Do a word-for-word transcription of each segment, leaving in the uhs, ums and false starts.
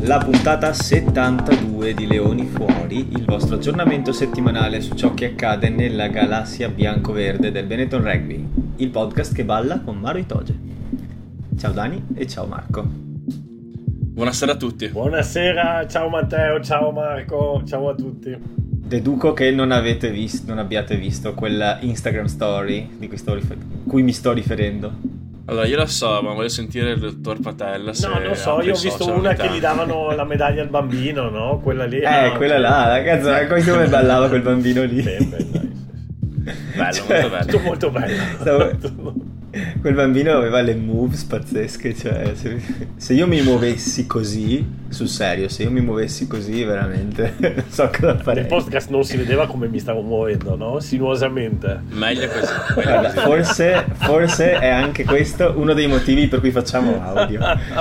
la puntata settantadue di Leoni Fuori, il vostro aggiornamento settimanale su ciò che accade nella galassia bianco-verde del Benetton Rugby, il podcast che balla con Maro Itoge. Ciao Dani e ciao Marco. Buonasera a tutti. Buonasera, ciao Matteo, ciao Marco, ciao a tutti. Deduco che non avete visto, non abbiate visto quella Instagram story di cui, sto rifer- cui mi sto riferendo. Allora, io la so, ma voglio sentire il dottor Patella. Se no, non so, io ho visto una che gli davano la medaglia al bambino, no? Quella lì. Eh, no, quella cioè... là, ragazzi, ma come ballava quel bambino lì. Beh, beh, dai. Bello, Cioè, molto bello. Tutto molto bello. Stavo... Quel bambino aveva le moves pazzesche, cioè se, se io mi muovessi così, sul serio, se io mi muovessi così veramente non so cosa fare. Nel podcast non si vedeva come mi stavo muovendo, no? Sinuosamente. Meglio così. Meglio Guarda, così. forse, forse è anche questo uno dei motivi per cui facciamo audio.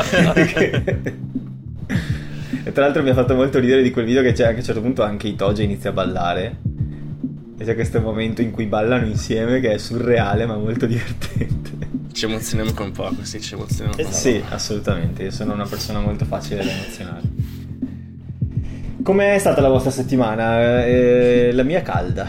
E tra l'altro mi ha fatto molto ridere di quel video che c'è, anche a un certo punto anche Itoge inizia a ballare. E c'è questo momento in cui ballano insieme che è surreale ma molto divertente. Ci emozioniamo con poco, sì, ci emozioniamo con Eh, poco. sì, assolutamente, io sono una persona molto facile da emozionare. Com'è stata la vostra settimana? Eh, la mia calda.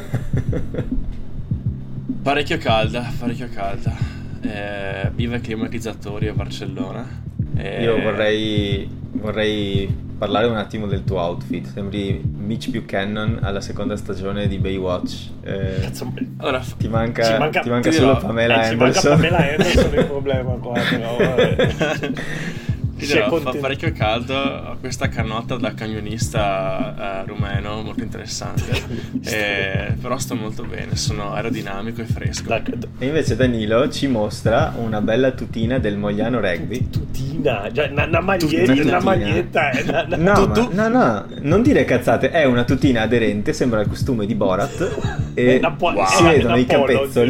Parecchio calda, parecchio calda. Eh, viva i climatizzatori a Barcellona. Eh, Io vorrei, vorrei parlare un attimo del tuo outfit. Sembri Mitch Buchanan alla seconda stagione di Baywatch. Eh, Cazzo, Allora, ti manca, ci manca- ti manca ti solo dirò, Pamela eh, ci manca Anderson. Pamela Anderson il problema qua, però vabbè. ti Si è dirò, fa contento. parecchio caldo. Ho questa canotta da camionista eh, rumeno, molto interessante. Eh, però sto molto bene, sono aerodinamico e fresco. Da- E invece Danilo ci mostra una bella tutina del Mogliano Rugby. Tutina, cioè una, una maglietta, Tutina. una maglietta, eh, una- una- No, Tu- ma- tu- no, no, non dire cazzate, è una tutina aderente, sembra il costume di Borat e Una po- si wow. vedono Una i polo, capezzoli.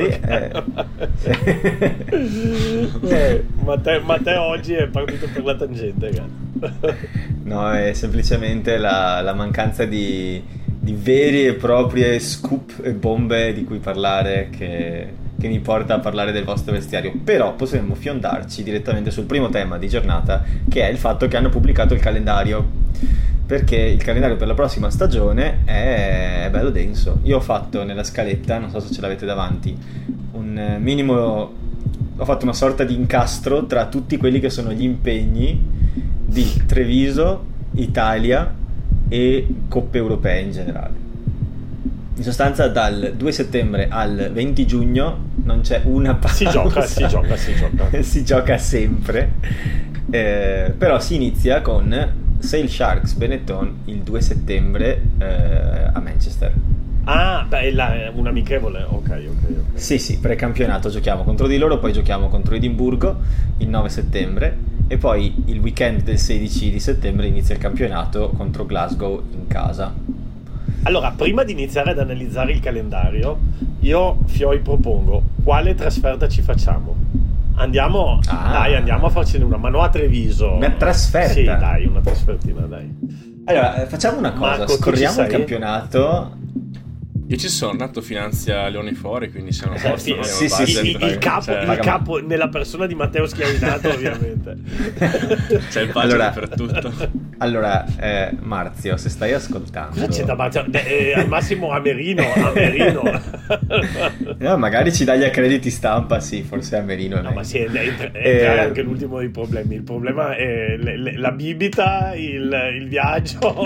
oddio. eh. Eh, Matteo, Matteo oggi è partito per la tangente, ragazzi. No, è semplicemente la, la mancanza di, di veri e proprie scoop e bombe di cui parlare che, che mi porta a parlare del vostro vestiario. Però possiamo fiondarci direttamente sul primo tema di giornata, che è il fatto che hanno pubblicato il calendario. Perché il calendario per la prossima stagione è bello denso. Io ho fatto nella scaletta, non so se ce l'avete davanti, un minimo, ho fatto una sorta di incastro tra tutti quelli che sono gli impegni di Treviso, Italia e coppe europee in generale. In sostanza dal due settembre al venti giugno non c'è una pausa. Si gioca, si gioca, si gioca. Si gioca sempre. Eh, però si inizia con Sale Sharks Benetton il due settembre eh, a Manchester. Ah, beh, è la- è un amichevole, ok, ok, ok. Sì, sì, precampionato, giochiamo contro di loro, poi giochiamo contro Edimburgo il nove settembre e poi il weekend del sedici di settembre inizia il campionato contro Glasgow in casa. Allora, prima di iniziare ad analizzare il calendario, io, Fioi, propongo quale trasferta ci facciamo? Andiamo, Ah. dai, andiamo a farcene una, ma no a Treviso. Una trasferta? Sì, dai, una trasfertina, dai. Allora, eh, facciamo una cosa, Marco, tu ci scorriamo il sei? campionato. Io ci sono, nato finanzia Leoni Fuori, quindi siamo a Eh, posto. sì, noi sì, abbiamo sì, budget, sì, il, dai, il capo, cioè, il capo nella persona di Matteo Schiavinato, ovviamente. c'è il budget Allora- per tutto. Allora, eh, Marzio, se stai ascoltando... Cosa c'è da battere? Eh, al massimo a Merino, a Merino. No, magari ci dai gli accrediti stampa, sì, forse a Merino è No, meglio. ma sì, è, è, è entrare Eh, anche l'ultimo dei problemi. Il problema è le- le- la bibita, il, il viaggio.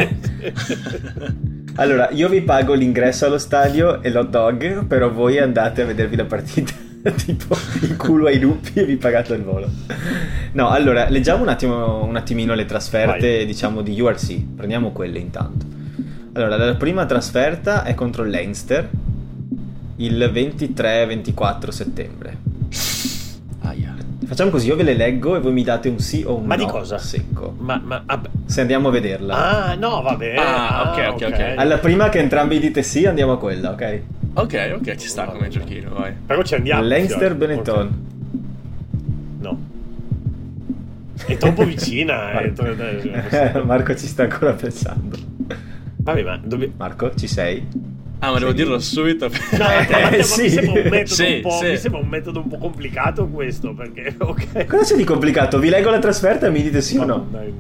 Allora, io vi pago l'ingresso allo stadio e l'hot dog, però voi andate a vedervi la partita tipo il culo ai lupi e vi pagate il volo. No, allora, leggiamo un attimo un attimino le trasferte, Vai. diciamo, di U R C. Prendiamo quelle intanto. Allora, la prima trasferta è contro il Leinster il ventitré ventiquattro settembre. Aia. Facciamo così, io ve le leggo e voi mi date un sì o un Ma no di cosa? secco. ma, ma vabbè. Se andiamo a vederla. Ah, no, vabbè. Ah, ok, ok, ok. Alla prima che entrambi dite sì, andiamo a quella, ok? Ok, ok, ci sta come giochino, vai. Però ci andiamo. Leinster Fiori. Benetton. Ok. No. È troppo vicina. È tro- Marco ci sta ancora pensando. Vabbè, ma dobbiamo... Marco, ci sei? Ah, ma devo Sì. dirlo subito. No, ma- Eh, ma- ma sì. mi sembra un metodo Sì, un po', sì. mi sembra un metodo un po' complicato questo, perché ok. Cosa c'è di complicato? Vi leggo la trasferta e mi dite sì o no? Dai,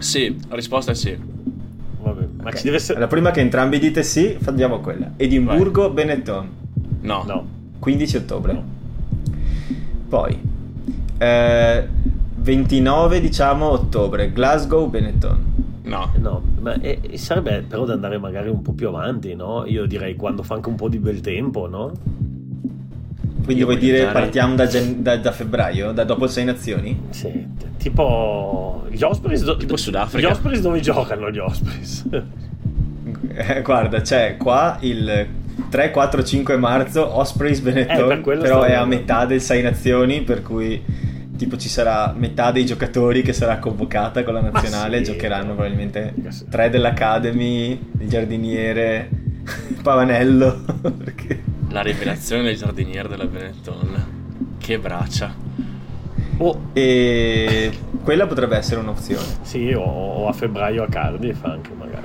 Sì, la risposta è sì. Vabbè, ma Okay. ci deve essere... La prima che entrambi dite sì, andiamo a quella. Edimburgo, Benetton. No. No. quindici ottobre. No. Poi eh, ventinove diciamo ottobre, Glasgow, Benetton. No. No, ma eh, sarebbe però da andare magari un po' più avanti, no? Io direi quando fa anche un po' di bel tempo, no? Quindi Io vuoi voglio dire andare- partiamo da, gen- da- da febbraio, da dopo il Sei Nazioni? Sì, t- tipo gli Ospreys, do- Tipo Sudafrica. Gli Ospreys dove giocano gli Ospreys? Eh, guarda, c'è qua il tre, quattro, cinque marzo Ospreys Eh, Benetton, per quello però sto è a vedendo. metà del Sei Nazioni, per cui tipo ci sarà metà dei giocatori che sarà convocata con la nazionale, sì, giocheranno no. probabilmente Mica sì. tre dell'Academy, il giardiniere, Pavanello, perché... La rivelazione del giardiniere della Benetton. Che braccia. Oh, E quella potrebbe essere un'opzione, sì, o, o a febbraio a Cardiff anche magari.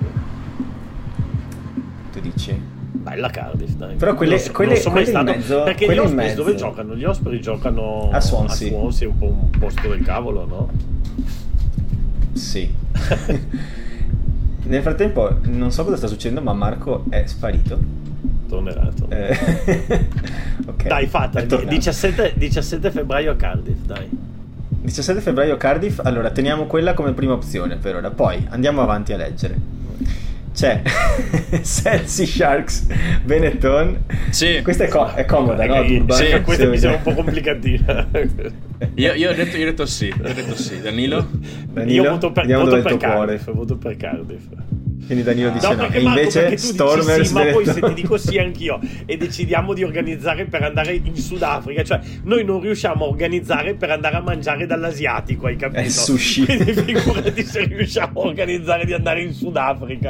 tu dici? Bella Cardiff, dai. Però quelle- Non so- quelle- non sono mai quelle in stato- mezzo- perché gli quelle in Ospreys mezzo. dove giocano? Gli Ospreys giocano A Swansea. a Swansea, un po' un posto del cavolo, no? Sì. Nel frattempo non so cosa sta succedendo, ma Marco è sparito. Tornerà, tornerà. Eh, ok. Dai, fatta, È tornato. diciassette, diciassette febbraio a Cardiff, dai. diciassette febbraio Cardiff. Allora teniamo quella come prima opzione per ora. Poi andiamo avanti a leggere. C'è Chelsea Sharks Benetton. Sì. Questa è, co- è comoda, no? Eh, Durban? sì, questa Se mi sembra vogliamo. un po' complicatina. Io, io ho detto, io ho detto sì. Io ho detto sì. Danilo? Danilo, Io voto per, vediamo voto dove è per il tuo cuore. Cardiff, voto per Cardiff. Quindi Danilo dice No, no. perché E Marco, invece perché tu Stormers dici sì, ma poi se Benetton. ti dico sì anch'io e decidiamo di organizzare per andare in Sudafrica, cioè noi non riusciamo a organizzare per andare a mangiare dall'asiatico, hai capito? È sushi. Quindi figurati se riusciamo a organizzare di andare in Sudafrica.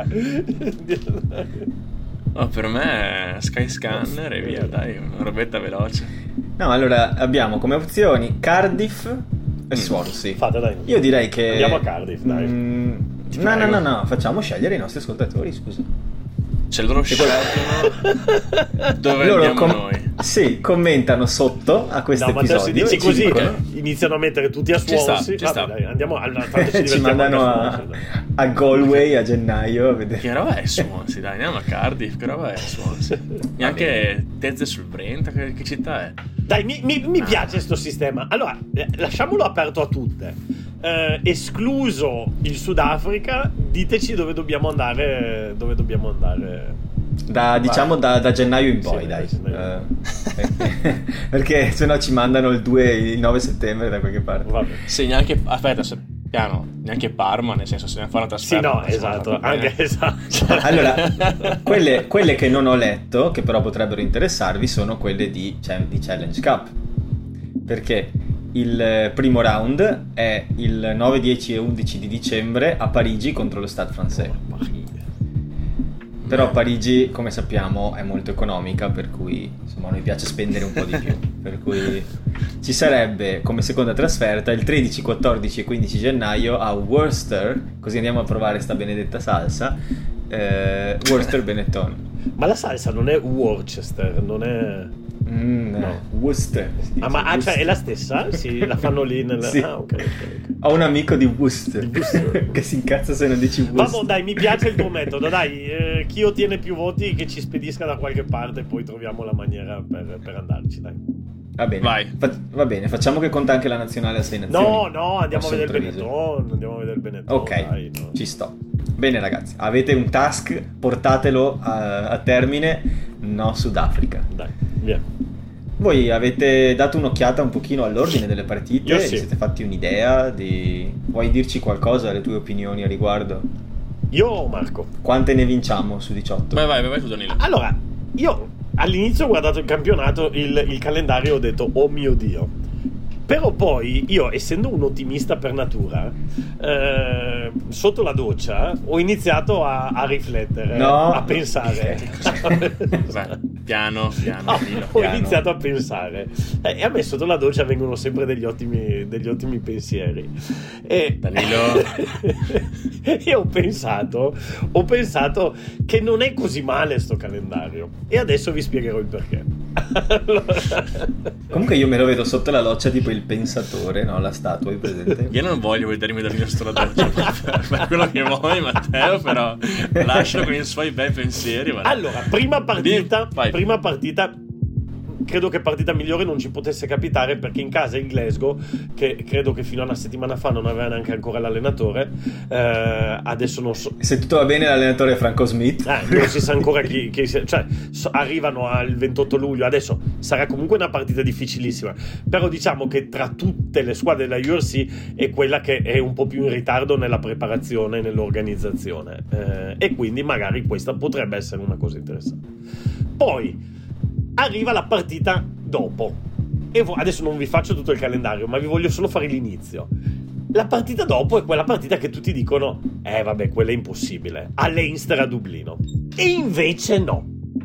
No, per me Sky Scanner e via, dai, una robetta veloce. No, allora abbiamo come opzioni Cardiff e Swansea. Fate, dai. Io direi che Andiamo a Cardiff, dai. Mm, Ti no, no, prego. no, no, facciamo scegliere i nostri ascoltatori, scusa. C'è loro scelgono dove Loro andiamo com- noi. Sì, commentano sotto a questo No, Matteo, se episodio. dici e ci così dicono- iniziano a mettere tutti a Ci sta, Swansea. ci Vabbè, sta. dai, andiamo, allora, tanto ci ci divertiamo mandano anche a, Swansea, dai. a Galway a gennaio a vedere. Che roba è Swansea? Dai, andiamo a Cardiff. Che roba è Swansea? Neanche Tezze sul Brenta. Che, che città è? Dai, mi, mi- mi piace sto sistema. Allora, eh, lasciamolo aperto a tutte. Eh, escluso il Sudafrica, diteci dove dobbiamo andare. Dove dobbiamo andare. Da, diciamo da, da gennaio in poi, Sì, dai. da gennaio. Eh, perché sennò ci mandano il due il nove settembre da qualche parte. Vabbè. Sì, neanche. Aspetta, se, piano. Neanche Parma, nel senso, se ne fa una Sì, trasferta. no, non si fa, esatto. va bene. Anche esatto. Allora, quelle, quelle che non ho letto, che però potrebbero interessarvi, sono quelle di, cioè, di Challenge Cup. Perché il primo round è il nove, dieci e undici di dicembre a Parigi contro lo Stade Français. Però Parigi, come sappiamo, è molto economica, per cui insomma a noi piace spendere un po' di più. Per cui ci sarebbe come seconda trasferta il tredici, quattordici e quindici gennaio a Worcester, così andiamo a provare sta benedetta salsa. Eh, Worcester Benetton. Ma la salsa non è Worcester, non è. Mm, No. Worcester. si dice, Ah, ma ah, cioè Worcester. è la stessa? Sì, la fanno lì nel. Sì. Ah, ok, ok, ok. Ho un amico di Worcester, Di Worcester. che si incazza se non dici Worcester. Vabbè, dai, mi piace il tuo metodo. Dai, eh, chi ottiene più voti che ci spedisca da qualche parte, poi troviamo la maniera per, per andarci. Dai. Va bene. Vai. Fa- va bene, facciamo che conta anche la nazionale a sei nazioni. No, no, andiamo Posso a vedere il introdurre? Benetton. Andiamo a vedere il Benetton. Ok, dai, no. ci sto. Bene ragazzi, avete un task, portatelo a, a termine, no Sudafrica. Dai, via. Voi avete dato un'occhiata un pochino all'ordine delle partite? Io Vi sì. siete fatti un'idea di... Vuoi dirci qualcosa, le tue opinioni a riguardo? Io o Marco? Quante ne vinciamo su diciotto? Vai, vai, vai, vai tu, Danilo. Allora, io all'inizio ho guardato il campionato, il, il calendario, ho detto, oh mio Dio. Però poi io, essendo un ottimista per natura, eh, sotto la doccia ho iniziato a, a riflettere, No. a pensare. Vai, piano, piano, No, Danilo. ho piano. iniziato a pensare. Eh, E a me sotto la doccia vengono sempre degli ottimi, degli ottimi pensieri. E Danilo. e ho pensato, ho pensato che non è così male sto calendario. E adesso vi spiegherò il perché. Comunque io me lo vedo sotto la loccia tipo il pensatore, no? La statua, hai presente? Io non voglio vedermi dal mio sotto la doccia per, per quello che vuoi, Matteo, però lascio con i suoi bei pensieri. Ma... Allora, prima partita, Vai. prima partita, credo che partita migliore non ci potesse capitare, perché in casa il Glasgow, che credo che fino a una settimana fa non aveva neanche ancora l'allenatore, eh, adesso non so... Se tutto va bene l'allenatore è Franco Smith. Eh, non si sa ancora chi, chi sia- cioè so- arrivano al ventotto luglio, adesso sarà comunque una partita difficilissima, però diciamo che tra tutte le squadre della U R C è quella che è un po' più in ritardo nella preparazione, nell'organizzazione, eh, e quindi magari questa potrebbe essere una cosa interessante. Poi arriva la partita dopo, e vo- adesso non vi faccio tutto il calendario, ma vi voglio solo fare l'inizio. La partita dopo è quella partita che tutti dicono eh vabbè, quella è impossibile, a Leinster a Dublino, e invece no.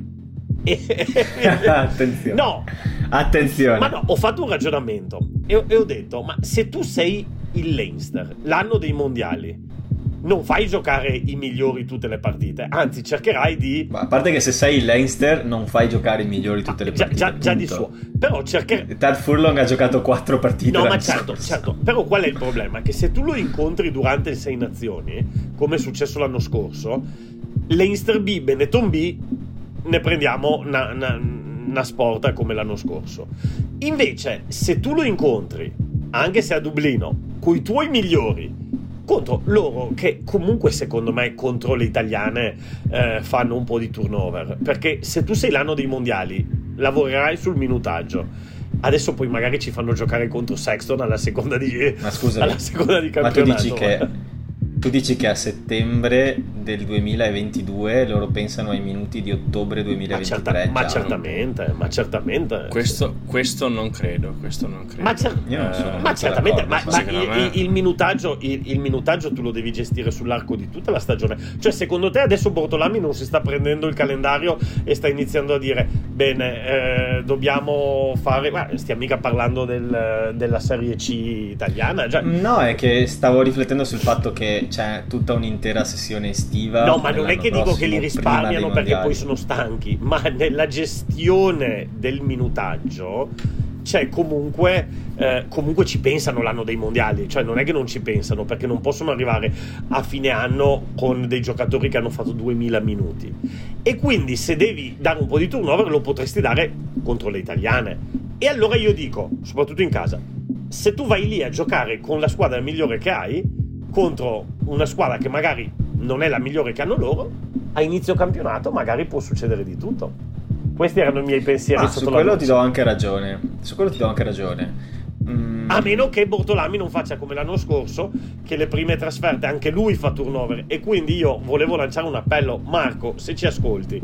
Attenzione. No, Attenzione. ma no, ho fatto un ragionamento e, e ho detto, ma se tu sei il Leinster, l'anno dei mondiali, non fai giocare i migliori tutte le partite, anzi cercherai di... Ma a parte che se sei il Leinster non fai giocare i migliori tutte le già, partite. già, già di punto. suo, però cercherai... Tad Furlong ha giocato quattro partite. No, ma l'anno certo, scorso. certo. Però qual è il problema? Che se tu lo incontri durante il Sei Nazioni, come è successo l'anno scorso, Leinster B, Benetton B, ne prendiamo una, una, una sporta come l'anno scorso. Invece, se tu lo incontri, anche se a Dublino, coi tuoi migliori, contro loro che comunque secondo me contro le italiane eh, fanno un po' di turnover, perché se tu sei l'anno dei mondiali lavorerai sul minutaggio. Adesso poi magari ci fanno giocare contro Sexton alla seconda di, Ma scusami, alla seconda di ma tu campionato. dici che tu dici che a settembre del duemilaventidue loro pensano ai minuti di ottobre ma, duemilaventitré certa- ma già. certamente, ma certamente Questo, questo non credo, questo non credo. Ma, cer- Io non sono Eh, ma molto certamente, ma, d'accordo, ma secondo il, me- il- il minutaggio, il, il minutaggio tu lo devi gestire sull'arco di tutta la stagione. Cioè, secondo te adesso Bortolami non si sta prendendo il calendario e sta iniziando a dire bene, eh, dobbiamo fare, ma stiamo mica parlando del- della Serie C italiana, già. No, è che stavo riflettendo sul fatto che c'è tutta un'intera sessione estiva. No, ma non è nell'anno che dico che li prossimo, prima risparmiano dei perché mondiali. poi sono stanchi, ma nella gestione del minutaggio c'è comunque eh, comunque ci pensano l'anno dei mondiali, cioè non è che non ci pensano, perché non possono arrivare a fine anno con dei giocatori che hanno fatto duemila minuti, e quindi se devi dare un po' di turnover lo potresti dare contro le italiane. E allora io dico, soprattutto in casa, se tu vai lì a giocare con la squadra migliore che hai contro una squadra che magari non è la migliore che hanno loro, a inizio campionato magari può succedere di tutto. Questi erano i miei pensieri Ah, sotto su la quello luce. ti do anche ragione. Su quello ti do anche ragione. Mm. A meno che Bortolami non faccia come l'anno scorso, che le prime trasferte anche lui fa turnover. E quindi io volevo lanciare un appello, Marco, se ci ascolti,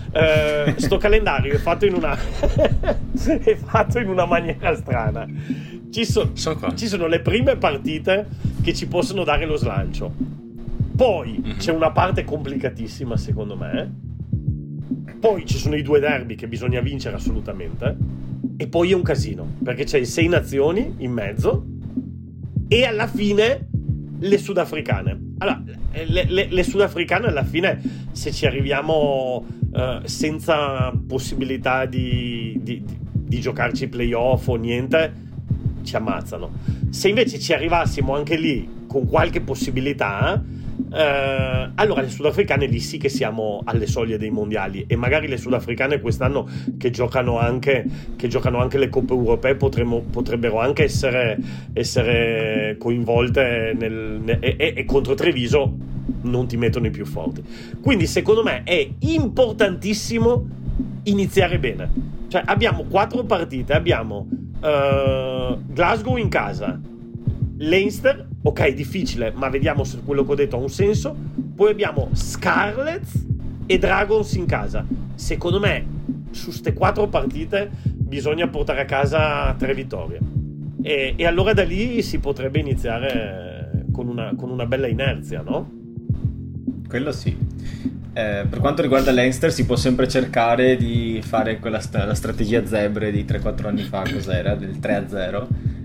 eh, sto calendario è fatto in una è fatto in una maniera strana. Ci, so- Sono qua. ci sono le prime partite che ci possono dare lo slancio, poi Mhm. c'è una parte complicatissima secondo me, poi ci sono i due derby che bisogna vincere assolutamente, e poi è un casino perché c'è i Sei Nazioni in mezzo e alla fine le sudafricane. Allora, le, le- le sudafricane alla fine, se ci arriviamo eh, senza possibilità di, di- di- di giocarci playoff o niente, ci ammazzano. Se invece ci arrivassimo anche lì con qualche possibilità, eh, allora le sudafricane lì sì che siamo alle soglie dei mondiali, e magari le sudafricane quest'anno che giocano anche che giocano anche le coppe europee potremmo, potrebbero anche essere, essere coinvolte nel, ne- e, e- e contro Treviso non ti mettono i più forti. Quindi secondo me è importantissimo iniziare bene. Cioè abbiamo quattro partite, abbiamo eh, Glasgow in casa, Leinster, ok, difficile, ma vediamo se quello che ho detto ha un senso. Poi abbiamo Scarlets e Dragons in casa. Secondo me su ste quattro partite bisogna portare a casa tre vittorie, e, e allora da lì si potrebbe iniziare con una, con una bella inerzia, no? Quello sì. Eh, per quanto riguarda Leinster si può sempre cercare di fare quella st- la strategia zebre di tre quattro anni fa, cos'era? Del tre a zero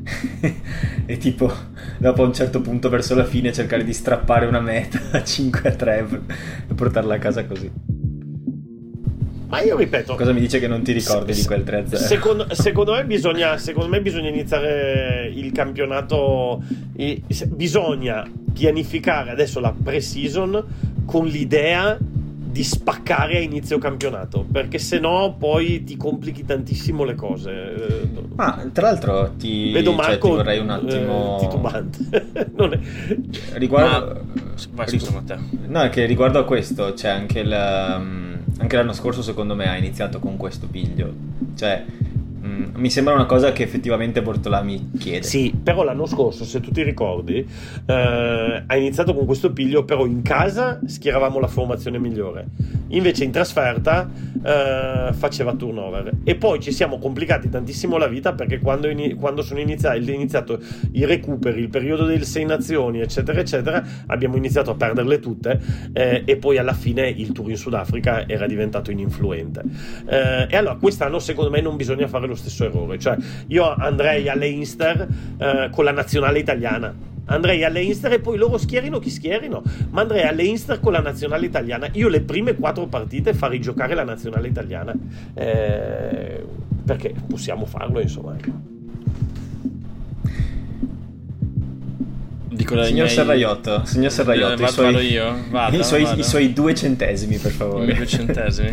e tipo dopo a un certo punto verso la fine cercare di strappare una meta a cinque a tre e portarla a casa così. Ma io ripeto, cosa mi dice che non ti ricordi se, di quel tre a zero? Secondo, secondo me bisogna secondo me bisogna iniziare il campionato, bisogna pianificare adesso la pre-season con l'idea di spaccare a inizio campionato, perché se no poi ti complichi tantissimo le cose. Ma tra l'altro ti, vedo Marco, cioè, ti vorrei un attimo eh, titubante. Non è... riguardo Ma... vai scusa Matteo. No, è che riguardo a questo c'è anche il, anche l'anno scorso secondo me ha iniziato con questo piglio, cioè mh, mi sembra una cosa che effettivamente Bortolami chiede. Sì, però l'anno scorso, se tu ti ricordi, eh, ha iniziato con questo piglio, però in casa schieravamo la formazione migliore, invece in trasferta eh, faceva turnover, e poi ci siamo complicati tantissimo la vita, perché quando, in, quando sono iniziati, è iniziato i recuperi, il periodo delle sei nazioni eccetera eccetera, abbiamo iniziato a perderle tutte, eh, e poi alla fine il tour in Sudafrica era diventato ininfluente, eh, e allora quest'anno secondo me non bisogna fare lo stesso errore, cioè io andrei all'Einster eh, con la nazionale italiana, andrei alle Inster e poi loro schierino chi schierino, ma andrei alle Inster con la nazionale italiana. Io le prime quattro partite farei giocare la nazionale italiana, eh, perché possiamo farlo, insomma. Dico signor miei... Serraiotto, signor Serraiotto, eh, i, suoi, vado io? Vado, i, suoi, vado. i suoi due centesimi, per favore. I due centesimi?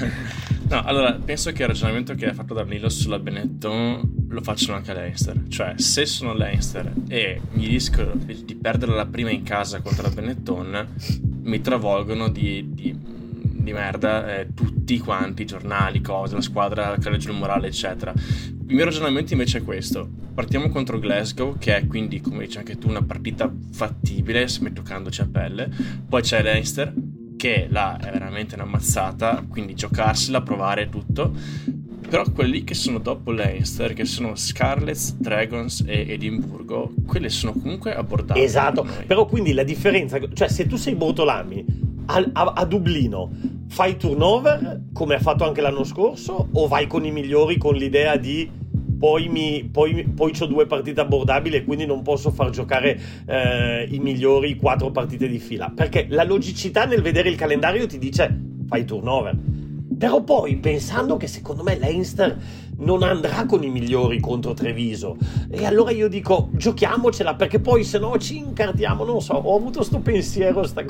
No, allora, penso che il ragionamento che ha fatto Danilo sulla Benetton lo facciano anche all'Einster. Cioè, se sono all'Einster e mi rischio di perdere la prima in casa contro la Benetton, mi travolgono di, di, di merda eh, tutti quanti, i giornali, cose, la squadra che regge il morale, eccetera. Il mio ragionamento invece è questo: partiamo contro Glasgow, che è quindi, come dici anche tu, una partita fattibile, sempre toccandoci a pelle. Poi c'è l'Einster, che là è veramente una mazzata, quindi giocarsela, provare tutto. Però quelli che sono dopo l'Einster, che sono Scarlets, Dragons e Edimburgo, quelle sono comunque abbordabili. Esatto, però quindi la differenza, cioè se tu sei Bortolami a, a, a Dublino, fai turnover come ha fatto anche l'anno scorso, o vai con i migliori con l'idea di poi mi poi, poi c'ho due partite abbordabili e quindi non posso far giocare eh, i migliori quattro partite di fila? Perché la logicità nel vedere il calendario ti dice fai turnover, però poi pensando che secondo me l'Einster non andrà con i migliori contro Treviso, e allora io dico giochiamocela, perché poi se no ci incartiamo, non so, ho avuto sto pensiero, sta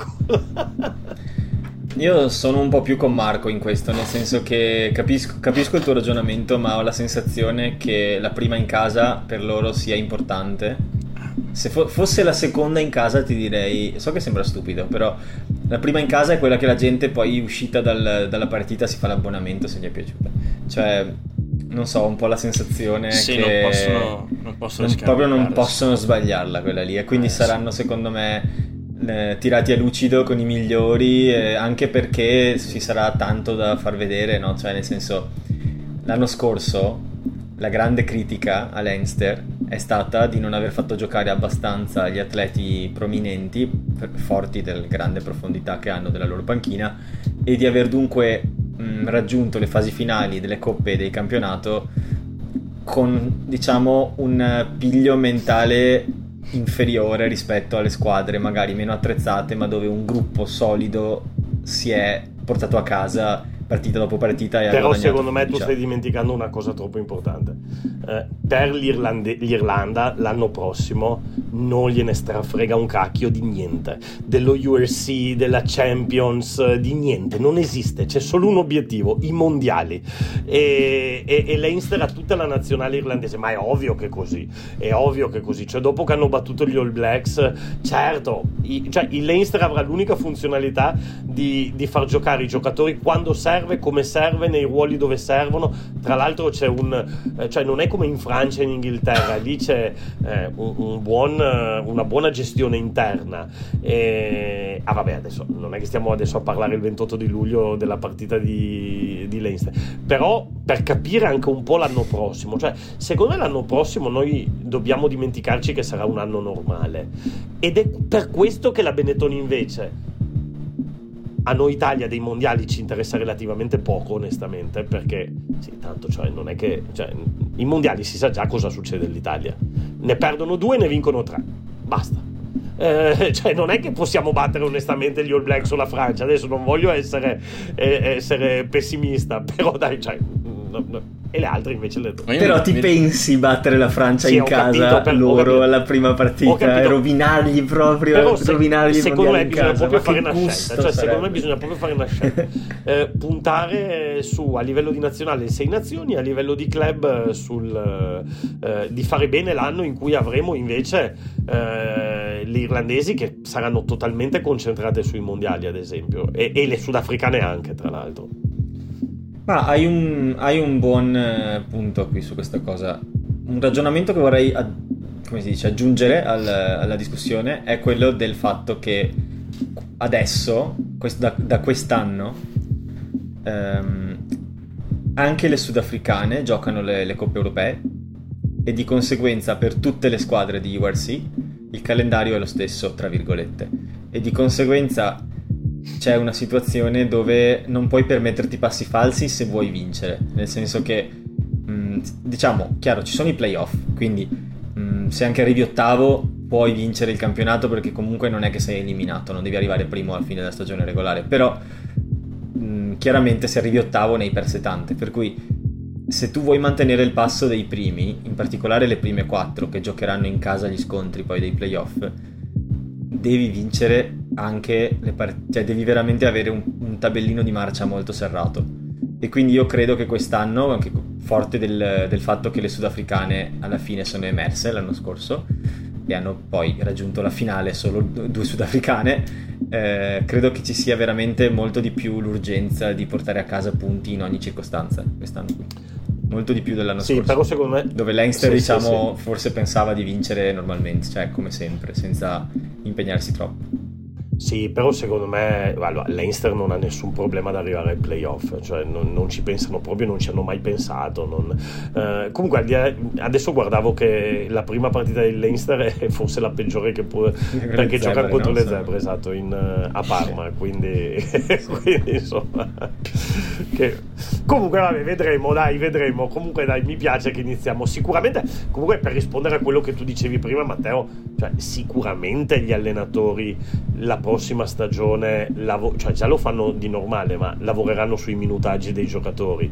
cosa. Io sono un po' più con Marco in questo, nel senso che capisco, capisco il tuo ragionamento, ma ho la sensazione che la prima in casa per loro sia importante. Se fo- fosse la seconda in casa ti direi, so che sembra stupido, però la prima in casa è quella che la gente poi uscita dal, dalla partita si fa l'abbonamento se gli è piaciuta. Cioè, non so, ho un po' la sensazione sì, che non possono, non possono non, proprio non giocare, possono sì. sbagliarla quella lì, e quindi eh, saranno sì. secondo me eh, tirati a lucido con i migliori, eh, anche perché ci sarà tanto da far vedere, no? Cioè, nel senso, l'anno scorso la grande critica all'Einster è stata di non aver fatto giocare abbastanza gli atleti prominenti, forti del grande profondità che hanno della loro panchina, e di aver dunque mh, raggiunto le fasi finali delle coppe e del campionato con, diciamo, un piglio mentale inferiore rispetto alle squadre magari meno attrezzate, ma dove un gruppo solido si è portato a casa partita dopo partita e però ha secondo me tu fiducia. stai dimenticando una cosa troppo importante. Eh, per l'Irlande- l'Irlanda l'anno prossimo non gliene strafrega un cacchio di niente, dello U R C, della Champions, di niente, non esiste, c'è solo un obiettivo: i mondiali, e, e, e l'Einster ha tutta la nazionale irlandese, ma è ovvio che è così, è ovvio che è così, cioè dopo che hanno battuto gli All Blacks, certo, i, cioè il Leinster avrà l'unica funzionalità di, di far giocare i giocatori quando serve, come serve, nei ruoli dove servono. Tra l'altro c'è un eh, cioè non è come in Francia e in Inghilterra, lì c'è eh, un, un buon, una buona gestione interna, e ah vabbè, adesso non è che stiamo adesso a parlare il ventotto di luglio della partita di, di Leinster, però per capire anche un po' l'anno prossimo, cioè secondo me l'anno prossimo noi dobbiamo dimenticarci che sarà un anno normale, ed è per questo che la Benetton invece a noi Italia dei mondiali ci interessa relativamente poco, onestamente, perché sì, tanto, cioè non è che, cioè, i mondiali si sa già cosa succede all'Italia, ne perdono due, ne vincono tre, basta. Eh, cioè non è che possiamo battere onestamente gli All Blacks o la Francia. Adesso non voglio essere, eh, essere pessimista, però dai, cioè, no, no. E le altre invece le do. Però ti pensi battere la Francia sì, in casa per, loro alla prima partita e rovinargli proprio, però se, rovinargli secondo me bisogna casa. proprio Ma fare una gusto scelta, cioè sarebbe. secondo me bisogna proprio fare una scelta, eh, puntare su a livello di nazionale sei nazioni, a livello di club sul eh, di fare bene l'anno in cui avremo invece eh, le irlandesi che saranno totalmente concentrate sui mondiali ad esempio, e, e le sudafricane anche tra l'altro. Ma hai un, hai un buon eh, punto qui su questa cosa. Un ragionamento che vorrei ad, come si dice, aggiungere al, alla discussione è quello del fatto che adesso, quest, da, da quest'anno, ehm, anche le sudafricane giocano le, le coppe europee e di conseguenza per tutte le squadre di U R C il calendario è lo stesso, tra virgolette, e di conseguenza c'è una situazione dove non puoi permetterti passi falsi se vuoi vincere, nel senso che mh, diciamo, chiaro, ci sono i playoff, quindi mh, se anche arrivi ottavo puoi vincere il campionato perché comunque non è che sei eliminato, non devi arrivare primo alla fine della stagione regolare, però mh, chiaramente se arrivi ottavo ne hai perse tante, per cui se tu vuoi mantenere il passo dei primi, in particolare le prime quattro che giocheranno in casa gli scontri poi dei playoff, devi vincere anche le partite, cioè devi veramente avere un, un tabellino di marcia molto serrato, e quindi io credo che quest'anno, anche forte del, del fatto che le sudafricane alla fine sono emerse l'anno scorso e hanno poi raggiunto la finale solo due sudafricane, eh, credo che ci sia veramente molto di più l'urgenza di portare a casa punti in ogni circostanza quest'anno qui, molto di più dell'anno sì, scorso, però secondo me dove Leinster sì, diciamo sì, sì. forse pensava di vincere normalmente, cioè come sempre, senza impegnarsi troppo. Sì, però secondo me allora, Leinster non ha nessun problema ad arrivare ai playoff, cioè non, non ci pensano proprio, non ci hanno mai pensato. Non... Eh, comunque adesso guardavo che la prima partita del Leinster è forse la peggiore che può, perché giocano contro no? le zebre, esatto, in, a Parma, quindi, sì. quindi insomma che... comunque vabbè, vedremo, dai, vedremo. Comunque dai, mi piace che iniziamo. Sicuramente, comunque per rispondere a quello che tu dicevi prima, Matteo, cioè sicuramente gli allenatori la prossima stagione lav- cioè già lo fanno di normale, ma lavoreranno sui minutaggi dei giocatori,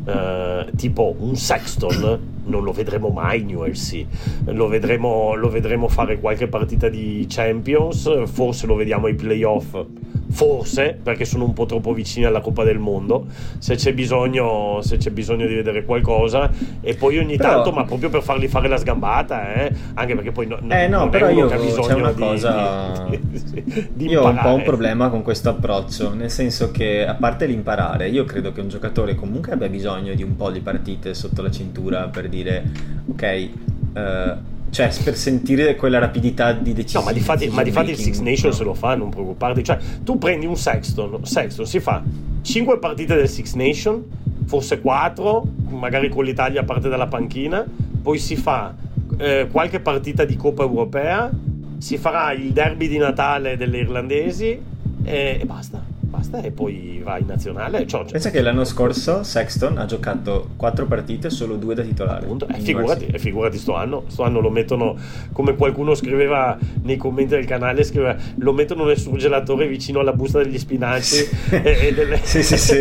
uh, tipo un Sexton non lo vedremo mai in U R C, lo vedremo, lo vedremo fare qualche partita di Champions, forse lo vediamo ai playoff, forse, perché sono un po' troppo vicini alla Coppa del Mondo, se c'è bisogno se c'è bisogno di vedere qualcosa, e poi ogni però... tanto, ma proprio per fargli fare la sgambata, eh? Anche perché poi no, eh no non però è uno io che ha bisogno c'è una di, cosa di, di, di io ho un po' un problema con questo approccio, nel senso che a parte l'imparare, io credo che un giocatore comunque abbia bisogno di un po' di partite sotto la cintura per dire ok, uh, cioè per sentire quella rapidità di decisione. No, ma di fatti, ma di fatti il Six Nations no. se lo fa, non preoccuparti, cioè tu prendi un Sexton Sexton si fa cinque partite del Six Nations, forse quattro, magari con l'Italia a parte dalla panchina, poi si fa eh, qualche partita di Coppa Europea, si farà il derby di Natale delle irlandesi e, e basta basta e poi va in nazionale. Cioè, pensa che l'anno scorso Sexton ha giocato quattro partite, solo due da titolare. Appunto, e figurati, e figurati sto anno sto anno lo mettono, come qualcuno scriveva nei commenti del canale, scriveva, lo mettono nel surgelatore vicino alla busta degli spinaci e, e delle... sì sì sì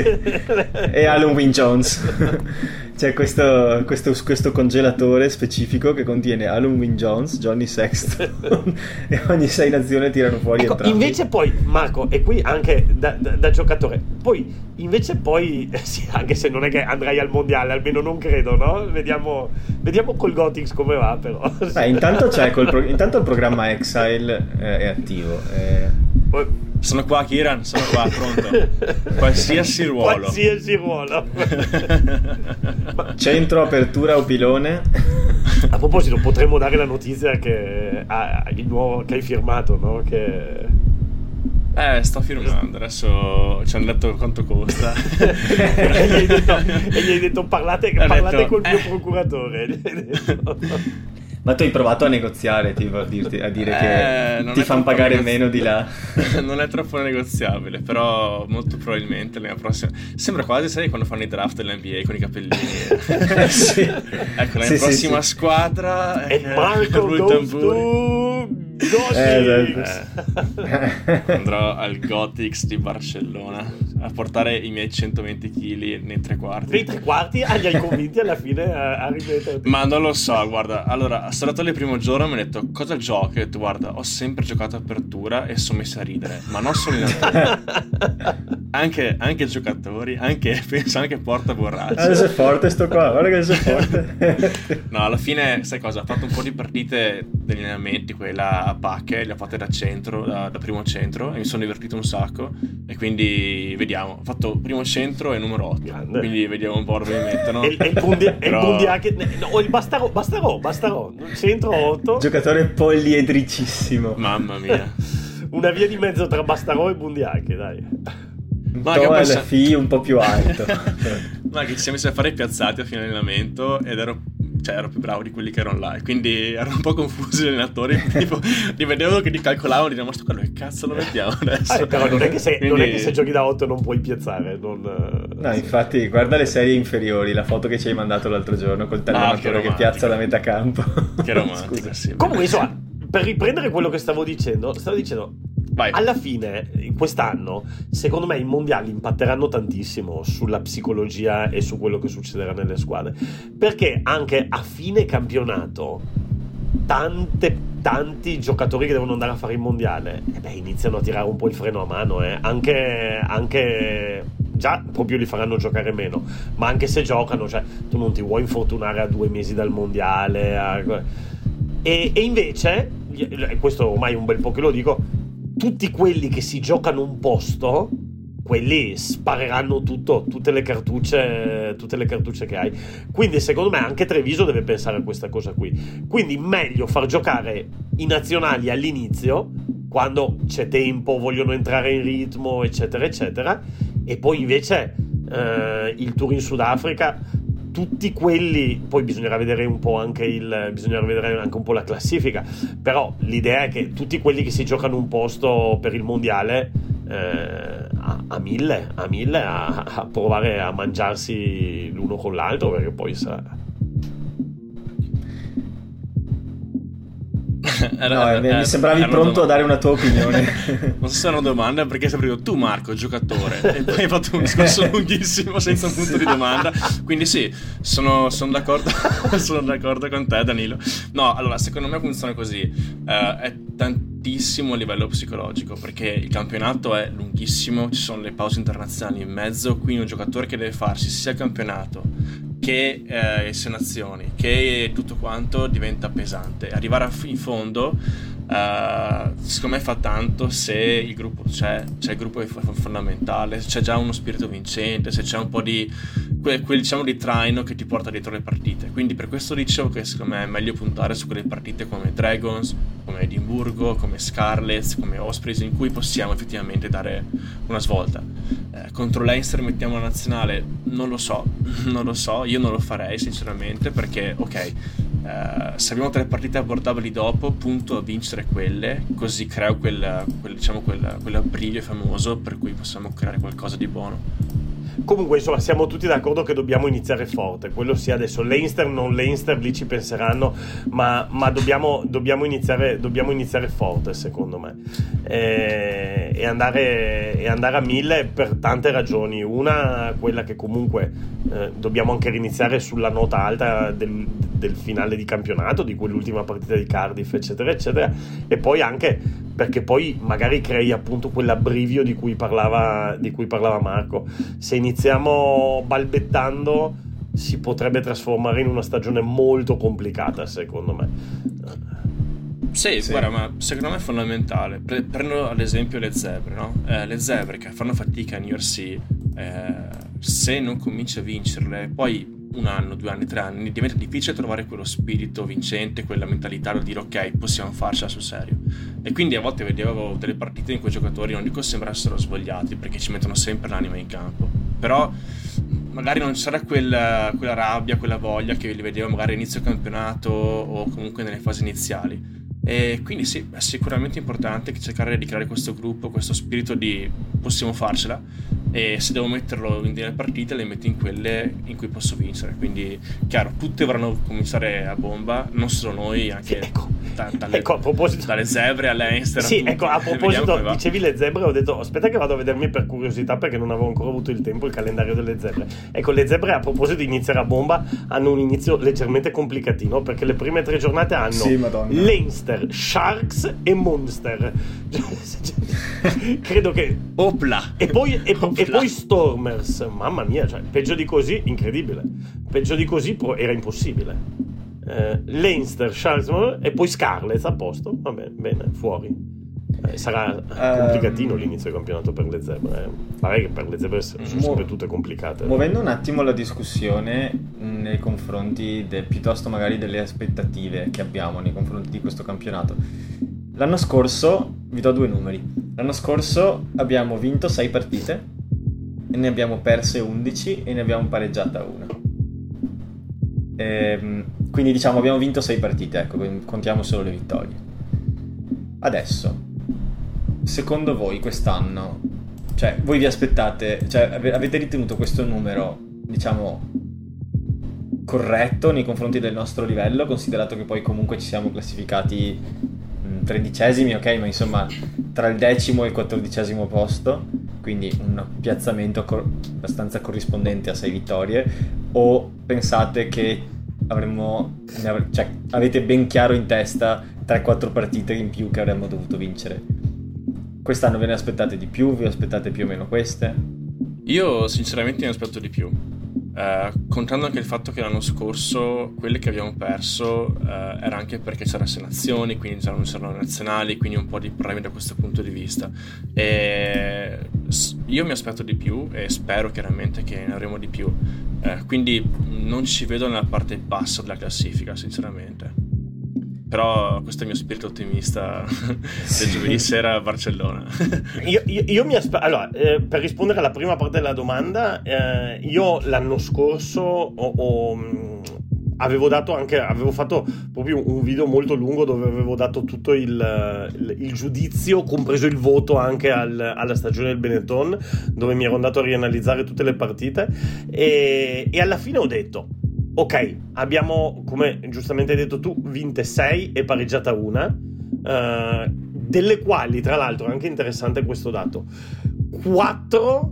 e Alan Wynne Jones c'è questo, questo, questo congelatore specifico che contiene Alan Wynne Jones, Johnny Sexton e ogni sei nazioni tirano fuori ecco, entrambi. Invece poi Marco, e qui anche da, da, da giocatore, poi invece poi sì, anche se non è che andrai al mondiale, almeno non credo, no? Vediamo, vediamo col Gothics come va, però. Beh, intanto c'è col pro- intanto il programma Exile eh, è attivo. Eh. Poi... Sono qua, Kiran, sono qua, pronto. Qualsiasi ruolo. Qualsiasi ruolo. Centro, apertura o pilone. A proposito, potremmo dare la notizia che, ah, il nuovo, che hai firmato, no? Che... Eh, sto firmando, adesso ci hanno detto quanto costa. e, gli hai detto, e gli hai detto parlate, parlate detto, col mio eh. procuratore. Ma tu hai provato a negoziare, tipo, a, dirti, a dire eh, che ti fanno pagare negozi- meno di là? Non è troppo negoziabile, però molto probabilmente la prossima... Sembra quasi, sai, quando fanno i draft dell'N B A con i capellini. Sì. Ecco, la sì, prossima sì, squadra e eh, Marco goes to Gothics! Eh, andrò al Gothics di Barcellona a portare i miei centoventi chili nei tre quarti. Nei tre quarti? Ah, li hai convinti alla fine a, a rimetterti? Ma non lo so, guarda. Allora, sono andato il primo giorno e mi ha detto cosa giochi? Ho detto guarda, ho sempre giocato apertura e sono messo a ridere. Ma non solo in apertura. anche, anche giocatori, anche penso anche porta borraccia. Adesso è forte sto qua, guarda che adesso è forte. No, alla fine, sai cosa? Ho fatto un po' di partite degli allenamenti, quella a pacche, le ho fatte da centro, da, da primo centro, e mi sono divertito un sacco. E quindi vediamo. Ho fatto primo centro e numero otto. Grande. Quindi vediamo un po' dove mi mettono. E il Bundia, Però... il Bundia che... no, il Bastarò, Bastarò, Bastarò, centro otto. Giocatore poliedricissimo. Mamma mia. Una via di mezzo tra Bastarò e Bundiache, dai. Ma che poi alla fine un po' più alto. Ma che ci siamo messi a fare i piazzati a fine allenamento ed ero, cioè, ero più bravo di quelli che erano là, e quindi erano un po' confusi gli allenatori. Tipo, li vedevo che li calcolavano, dicevano, ma sto quello che cazzo lo mettiamo adesso? Ah, però non è, che se, quindi... non è che se giochi da otto non puoi piazzare. Non... No, infatti, guarda le serie inferiori, la foto che ci hai mandato l'altro giorno col allenatore ah, che, che piazza da metà campo. Che romantica, sì. Comunque, insomma, per riprendere quello che stavo dicendo, stavo dicendo... Vai. Alla fine, quest'anno, secondo me i mondiali impatteranno tantissimo sulla psicologia e su quello che succederà nelle squadre, perché anche a fine campionato tante, tanti giocatori che devono andare a fare il mondiale eh beh, iniziano a tirare un po' il freno a mano, eh. anche, anche già proprio li faranno giocare meno, ma anche se giocano, cioè tu non ti vuoi infortunare a due mesi dal mondiale a... e, e invece, questo ormai è un bel po' che lo dico, tutti quelli che si giocano un posto, quelli spareranno tutto, tutte le cartucce, tutte le cartucce che hai. Quindi secondo me anche Treviso deve pensare a questa cosa qui. Quindi meglio far giocare i nazionali all'inizio, quando c'è tempo, vogliono entrare in ritmo, eccetera eccetera, e poi invece eh, il tour in Sudafrica, tutti quelli, poi bisognerà vedere un po' anche il bisognerà vedere anche un po' la classifica, però l'idea è che tutti quelli che si giocano un posto per il mondiale eh, a, a mille a mille a, a provare a mangiarsi l'uno con l'altro, perché poi sarà Era, no, eh, mi sembravi pronto a dare una tua opinione. Non so se era una domanda, perché sei arrivato tu Marco, giocatore, e poi hai fatto un discorso lunghissimo senza un punto di domanda. Quindi sì, sono, sono d'accordo sono d'accordo con te, Danilo. No, allora, secondo me funziona così, uh, è tantissimo a livello psicologico, perché il campionato è lunghissimo, ci sono le pause internazionali in mezzo, quindi un giocatore che deve farsi sia il campionato che eh, se nazioni, che tutto quanto diventa pesante. Arrivare a f- in fondo uh, secondo me fa tanto se il gruppo c'è, c'è il gruppo è f- fondamentale, se c'è già uno spirito vincente, se c'è un po' di quel, quel diciamo di traino che ti porta dietro le partite. Quindi per questo dicevo che secondo me è meglio puntare su quelle partite come Dragons, come Edimburgo, come Scarlets, come Ospreys, in cui possiamo effettivamente dare una svolta. Eh, contro l'Einster mettiamo la nazionale, non lo so, non lo so, io non lo farei sinceramente, perché ok, eh, se abbiamo tre partite abbordabili dopo, punto a vincere quelle, così creo quel, quel diciamo quel, quell'abbrivio famoso per cui possiamo creare qualcosa di buono. Comunque insomma siamo tutti d'accordo che dobbiamo iniziare forte, quello sia adesso Leinster, non Leinster, lì ci penseranno, ma, ma dobbiamo, dobbiamo, iniziare, dobbiamo iniziare forte secondo me, e, e, andare, e andare a mille per tante ragioni. Una, quella che comunque eh, dobbiamo anche riniziare sulla nota alta del, del finale di campionato, di quell'ultima partita di Cardiff eccetera eccetera, e poi anche perché poi magari crei appunto quell'abbrivio di cui parlava, di cui parlava Marco. Se iniziamo balbettando si potrebbe trasformare in una stagione molto complicata secondo me. Sì, sì, guarda, ma secondo me è fondamentale. Pre- prendo ad esempio le zebre, no? Eh, le zebre che fanno fatica in U R C, eh, se non cominci a vincerle, poi un anno, due anni, tre anni, diventa difficile trovare quello spirito vincente, quella mentalità da dire ok, possiamo farcela sul serio. E quindi a volte vedevo delle partite in cui i giocatori, non dico sembrassero svogliati, perché ci mettono sempre l'anima in campo, però magari non c'era quella, quella rabbia, quella voglia che li vedevo magari all'inizio campionato o comunque nelle fasi iniziali. E quindi sì, è sicuramente importante cercare di creare questo gruppo, questo spirito di possiamo farcela, e se devo metterlo in delle partite le metto in quelle in cui posso vincere, quindi chiaro, tutte vorranno cominciare a bomba, non solo noi, anche sì, ecco. da, dalle, ecco, a proposito... dalle zebre all'Einster. Sì, a ecco, a proposito dicevi le zebre, ho detto aspetta che vado a vedermi per curiosità perché non avevo ancora avuto il tempo il calendario delle zebre. Ecco, le zebre a proposito di iniziare a bomba hanno un inizio leggermente complicatino perché le prime tre giornate hanno sì, Leinster, Sharks e Munster. Credo che Opla. E poi, e, Opla. e poi Stormers, mamma mia, cioè peggio di così, incredibile. Peggio di così era impossibile. Eh, Leinster, Sharks e poi Scarlets a posto. Vabbè, bene, fuori. Eh, sarà complicatino um, l'inizio del campionato per le zebre. Eh. Pare che per le zebre sono mu- sempre tutte complicate. Muovendo un attimo la discussione nei confronti de, piuttosto magari delle aspettative che abbiamo nei confronti di questo campionato. L'anno scorso, vi do due numeri. L'anno scorso abbiamo vinto sei partite e ne abbiamo perse undici e ne abbiamo pareggiata una. Ehm, quindi diciamo abbiamo vinto sei partite, ecco, contiamo solo le vittorie. Adesso, secondo voi quest'anno, cioè voi vi aspettate, cioè avete ritenuto questo numero, diciamo, corretto nei confronti del nostro livello, considerato che poi comunque ci siamo classificati mh, tredicesimi, ok, ma insomma tra il decimo e il quattordicesimo posto, quindi un piazzamento cor- abbastanza corrispondente a sei vittorie, o pensate che avremmo, cioè avete ben chiaro in testa tre quattro partite in più che avremmo dovuto vincere? Quest'anno ve ne aspettate di più? Vi aspettate più o meno queste? Io sinceramente ne aspetto di più, eh, contando anche il fatto che l'anno scorso quelle che abbiamo perso eh, era anche perché c'erano sei nazioni, quindi già non c'erano nazionali, quindi un po' di problemi da questo punto di vista. E io mi aspetto di più e spero chiaramente che ne avremo di più, eh, quindi non ci vedo nella parte bassa della classifica sinceramente. Però questo è il mio spirito ottimista del giovedì sera a Barcellona. io, io, io mi aspetto. Allora, eh, per rispondere alla prima parte della domanda, eh, io l'anno scorso ho, ho, avevo dato anche, avevo fatto proprio un video molto lungo dove avevo dato tutto il, il, il giudizio, compreso il voto anche al, alla stagione del Benetton, dove mi ero andato a rianalizzare tutte le partite e, e alla fine ho detto: ok, abbiamo, come giustamente hai detto tu, vinte sei e pareggiata una, uh, delle quali, tra l'altro, è anche interessante questo dato, quattro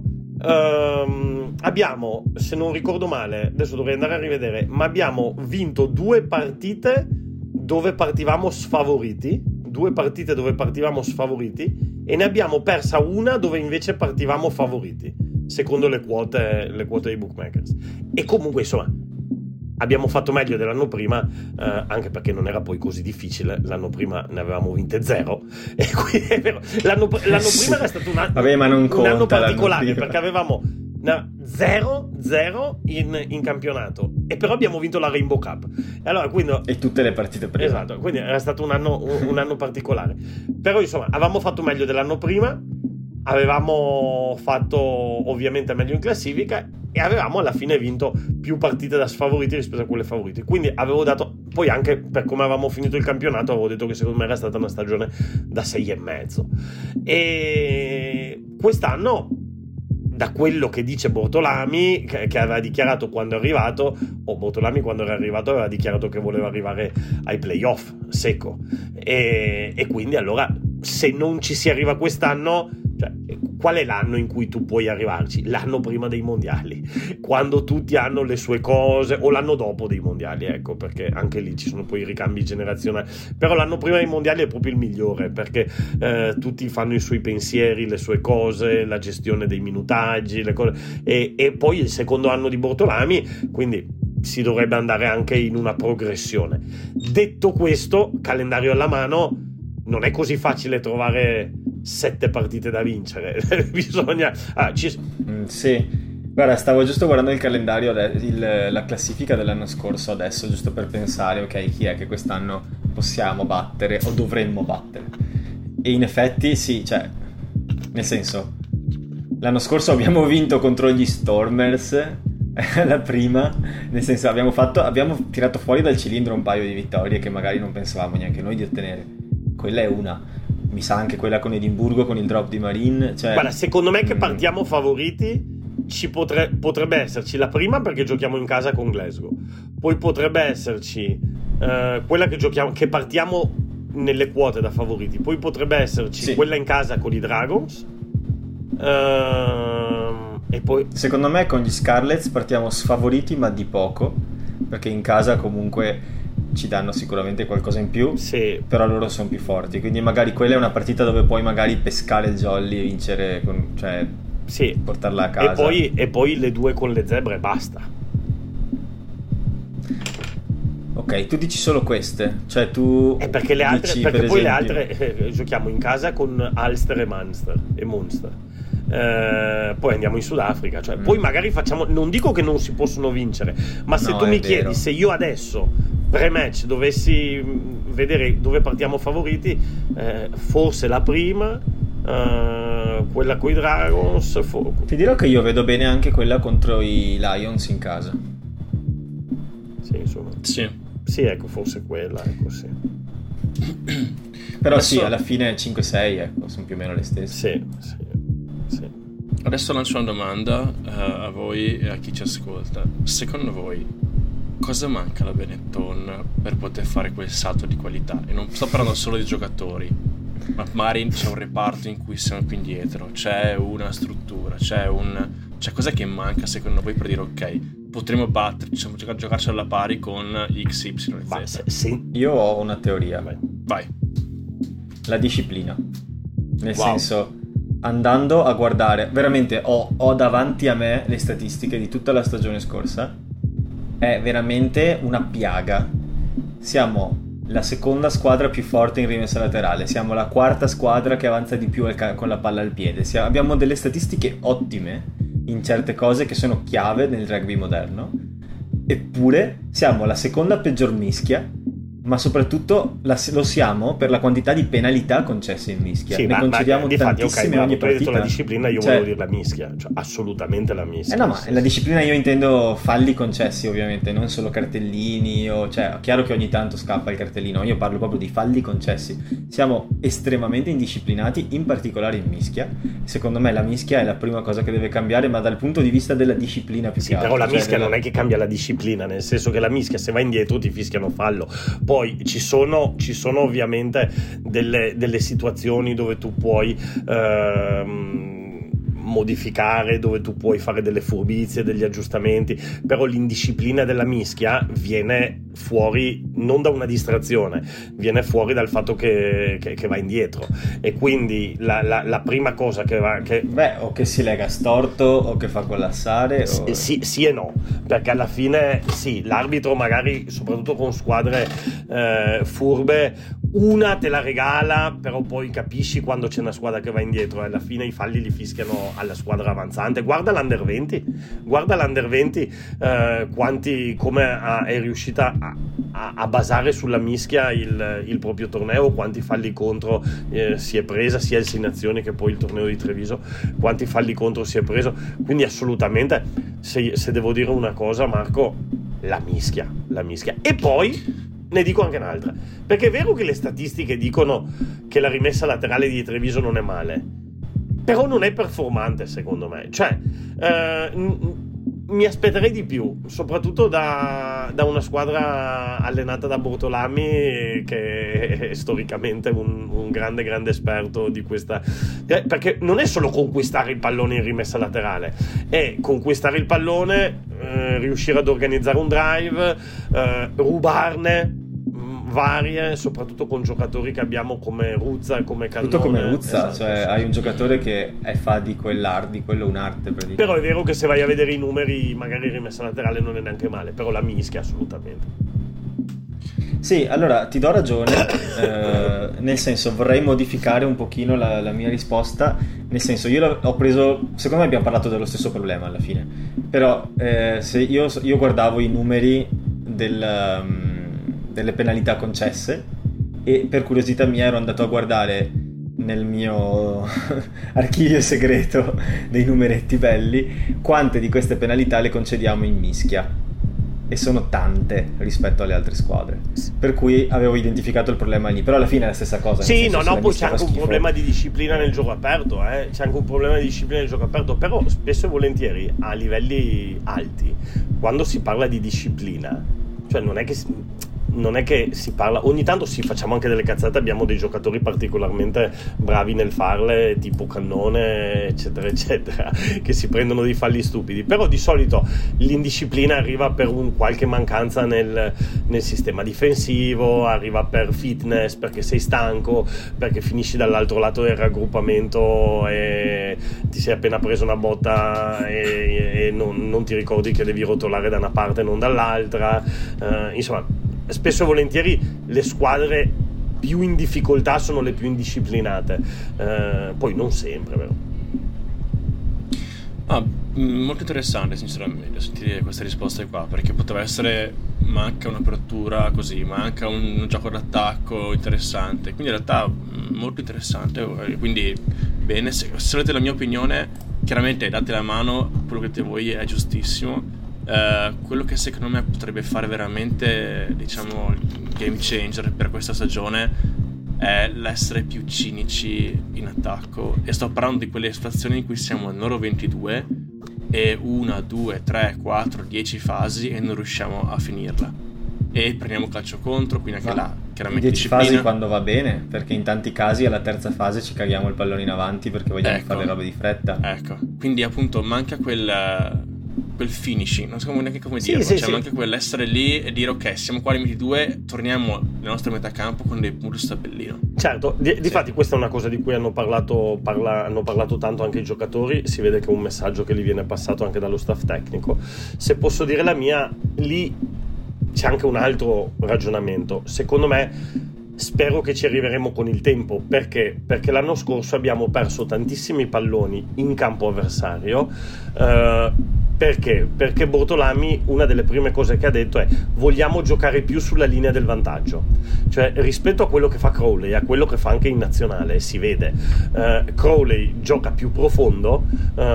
um, abbiamo, se non ricordo male, adesso dovrei andare a rivedere, ma abbiamo vinto due partite dove partivamo sfavoriti, due partite dove partivamo sfavoriti, e ne abbiamo persa una dove invece partivamo favoriti, secondo le quote, le quote dei bookmakers. E comunque, insomma, abbiamo fatto meglio dell'anno prima, eh, anche perché non era poi così difficile. L'anno prima ne avevamo vinte zero e quindi è vero, l'anno, l'anno sì. prima era stato un anno, Vabbè, ma non un anno particolare perché avevamo zero zero in, in campionato, e però abbiamo vinto la Rainbow Cup, e allora quindi, e tutte le partite prima. Esatto, quindi era stato un anno, un, un anno particolare. Però insomma avevamo fatto meglio dell'anno prima, avevamo fatto ovviamente meglio in classifica e avevamo alla fine vinto più partite da sfavoriti rispetto a quelle favorite, quindi avevo dato, poi anche per come avevamo finito il campionato, avevo detto che secondo me era stata una stagione da sei e mezzo. E quest'anno, da quello che dice Bortolami, che, che aveva dichiarato quando è arrivato, o Bortolami quando era arrivato aveva dichiarato che voleva arrivare ai playoff secco, e, e quindi allora se non ci si arriva quest'anno, cioè, qual è l'anno in cui tu puoi arrivarci? L'anno prima dei mondiali, quando tutti hanno le sue cose, o l'anno dopo dei mondiali, ecco, perché anche lì ci sono poi i ricambi generazionali, però l'anno prima dei mondiali è proprio il migliore, perché eh, tutti fanno i suoi pensieri, le sue cose, la gestione dei minutaggi, le cose, e, e poi il secondo anno di Bortolami, quindi si dovrebbe andare anche in una progressione. Detto questo, calendario alla mano, non è così facile trovare sette partite da vincere. Bisogna ah, ci... mm, sì, guarda, stavo giusto guardando il calendario, il, la classifica dell'anno scorso adesso, giusto per pensare, ok, chi è che quest'anno possiamo battere o dovremmo battere, e in effetti sì, cioè, nel senso, l'anno scorso abbiamo vinto contro gli Stormers la prima, nel senso abbiamo fatto, abbiamo tirato fuori dal cilindro un paio di vittorie che magari non pensavamo neanche noi di ottenere. Quella è una. mi sa anche quella con Edimburgo, con il drop di Marin, cioè, guarda, secondo me che mm, partiamo favoriti ci potre- potrebbe esserci la prima perché giochiamo in casa con Glasgow, poi potrebbe esserci eh, quella che giochiamo, che partiamo nelle quote da favoriti, poi potrebbe esserci sì. quella in casa con i Dragons, ehm, e poi secondo me con gli Scarlets partiamo sfavoriti ma di poco, perché in casa comunque ci danno sicuramente qualcosa in più, sì, però loro sono più forti, quindi magari quella è una partita dove puoi magari pescare il jolly e vincere con, cioè sì, portarla a casa. e poi, e poi le due con le zebre basta. Ok, tu dici solo queste, cioè tu È perché le altre, dici, perché per poi esempio, le altre eh, giochiamo in casa con Ulster e Munster e Munster. Eh, poi andiamo in Sudafrica, cioè, Mm. poi magari facciamo, non dico che non si possono vincere, ma se No, tu è mi vero. chiedi se io adesso pre-match dovessi mh, vedere dove partiamo favoriti, eh, forse la prima, eh, quella con i Dragons, fo- ti dirò che io vedo bene anche quella contro i Lions in casa. sì, insomma, Sì. sì, ecco, forse quella, ecco, sì, Però Adesso- sì, alla fine cinque sei, ecco, sono più o meno le stesse. sì, sì, sì. Adesso lancio una domanda eh, a voi e a chi ci ascolta. Secondo voi cosa manca alla Benetton per poter fare quel salto di qualità? E non sto parlando solo di giocatori, ma magari c'è un reparto in cui siamo più indietro, c'è una struttura, c'è un... Cioè, cos'è che manca secondo voi per dire ok, potremo batterci, possiamo gioca- giocarci alla pari con X, Y, Z? Ma se, se- Io ho una teoria, vai. Vai. la disciplina. Nel Wow. senso, andando a guardare, veramente ho, ho davanti a me le statistiche di tutta la stagione scorsa, è veramente una piaga. Siamo la seconda squadra più forte in rimessa laterale, siamo la quarta squadra che avanza di più al ca- con la palla al piede. Siamo- abbiamo delle statistiche ottime in certe cose che sono chiave nel rugby moderno, eppure siamo la seconda peggior mischia, ma soprattutto la- lo siamo per la quantità di penalità concesse in mischia. Sì, ne ma, concediamo ma difatti, ok, tantissime bravo, ogni tu hai detto partita. la disciplina, io Cioè- volevo dire la mischia, cioè assolutamente la mischia. Eh no, ma Sì, la sì. disciplina io intendo falli concessi, ovviamente, non solo cartellini o, cioè, è chiaro che ogni tanto scappa il cartellino, io parlo proprio di falli concessi. Siamo estremamente indisciplinati, in particolare in mischia. Secondo me la mischia è la prima cosa che deve cambiare, ma dal punto di vista della disciplina più Sì, che però altro, la cioè mischia della- non è che cambia la disciplina, nel senso che la mischia se va indietro ti fischiano fallo. Poi ci sono, ci sono ovviamente delle, delle situazioni dove tu puoi ehm, modificare, dove tu puoi fare delle furbizie, degli aggiustamenti, però l'indisciplina della mischia viene fuori non da una distrazione, viene fuori dal fatto che, che, che va indietro, e quindi la, la, la prima cosa che va... Che, Beh, o che si lega storto o che fa collassare S- o... Sì, sì e no, perché alla fine sì, l'arbitro magari, soprattutto con squadre eh, furbe, una te la regala, però poi capisci quando c'è una squadra che va indietro e alla fine i falli li fischiano alla squadra avanzante. Guarda l'Under venti, guarda l'Under venti, eh, quanti, come ha- è riuscita a, a, a basare sulla mischia il, il proprio torneo, quanti falli contro eh, si è presa, sia il Sei Nazioni che poi il torneo di Treviso, quanti falli contro si è preso. Quindi assolutamente, se, se devo dire una cosa, Marco, la mischia, la mischia. E poi ne dico anche un'altra, perché è vero che le statistiche dicono che la rimessa laterale di Treviso non è male, però non è performante secondo me, cioè eh, n- mi aspetterei di più, soprattutto da, da una squadra allenata da Bortolami, che è storicamente un, un grande grande esperto di questa, eh, perché non è solo conquistare il pallone in rimessa laterale, è conquistare il pallone, eh, riuscire ad organizzare un drive, eh, rubarne varie, soprattutto con giocatori che abbiamo come Ruzza e come Cannone. Tutto come Ruzza, Esatto, cioè sì. hai un giocatore che è, fa di quell'arte, di quello un'arte praticamente. Però è vero che se vai a vedere i numeri, magari rimessa laterale non è neanche male, però la mischia assolutamente. Sì, allora ti do ragione, eh, nel senso vorrei modificare un pochino la, la mia risposta, nel senso io l'ho- ho preso, secondo me abbiamo parlato dello stesso problema alla fine, però eh, se io, io guardavo i numeri del, um, delle penalità concesse e per curiosità mia ero andato a guardare nel mio archivio segreto dei numeretti belli quante di queste penalità le concediamo in mischia. e sono tante rispetto alle altre squadre, per cui avevo identificato il problema lì, però alla fine è la stessa cosa. Sì, no, no, poi c'è anche schifo. un problema di disciplina nel gioco aperto, eh? C'è anche un problema di disciplina nel gioco aperto, però spesso e volentieri a livelli alti, quando si parla di disciplina, cioè non è che si... non è che si parla, ogni tanto sì, facciamo anche delle cazzate, abbiamo dei giocatori particolarmente bravi nel farle, tipo Cannone eccetera eccetera, che si prendono dei falli stupidi, però di solito l'indisciplina arriva per un qualche mancanza nel, nel sistema difensivo, arriva per fitness, perché sei stanco, perché finisci dall'altro lato del raggruppamento e ti sei appena preso una botta e, e non, non ti ricordi che devi rotolare da una parte e non dall'altra, uh, insomma spesso e volentieri le squadre più in difficoltà sono le più indisciplinate, eh, poi non sempre, vero? Ah, molto interessante sinceramente sentire queste risposte qua, perché poteva essere manca un'apertura così, manca un, un gioco d'attacco interessante, quindi in realtà molto interessante, quindi bene, se, se volete la mia opinione chiaramente date la mano, quello che dite voi è giustissimo. Uh, quello che secondo me potrebbe fare veramente, diciamo, il game changer per questa stagione è l'essere più cinici in attacco, e sto parlando di quelle situazioni in cui siamo al loro ventidue e una, due, tre, quattro, dieci fasi e non riusciamo a finirla e prendiamo calcio contro, quindi anche Ma là chiaramente dieci disciplina. fasi quando va bene, perché in tanti casi alla terza fase ci caghiamo il pallone in avanti perché vogliamo Ecco. fare le robe di fretta. Ecco, quindi appunto manca quel quel finishing, non so neanche come Sì, dirlo, sì, cioè sì. manca quell'essere lì e dire ok, siamo qua ai ventidue, torniamo nel nostro metacampo con dei punti tabellino. Certo, di, Sì. difatti questa è una cosa di cui hanno parlato, parla, hanno parlato tanto anche i giocatori, si vede che è un messaggio che gli viene passato anche dallo staff tecnico. Se posso dire la mia, lì c'è anche un altro ragionamento, secondo me. Spero che ci arriveremo con il tempo, perché? Perché l'anno scorso abbiamo perso tantissimi palloni in campo avversario. eh, perché? Perché Bortolami, una delle prime cose che ha detto è: vogliamo giocare più sulla linea del vantaggio, cioè rispetto a quello che fa Crowley e a quello che fa anche in nazionale, si vede. eh, Crowley gioca più profondo,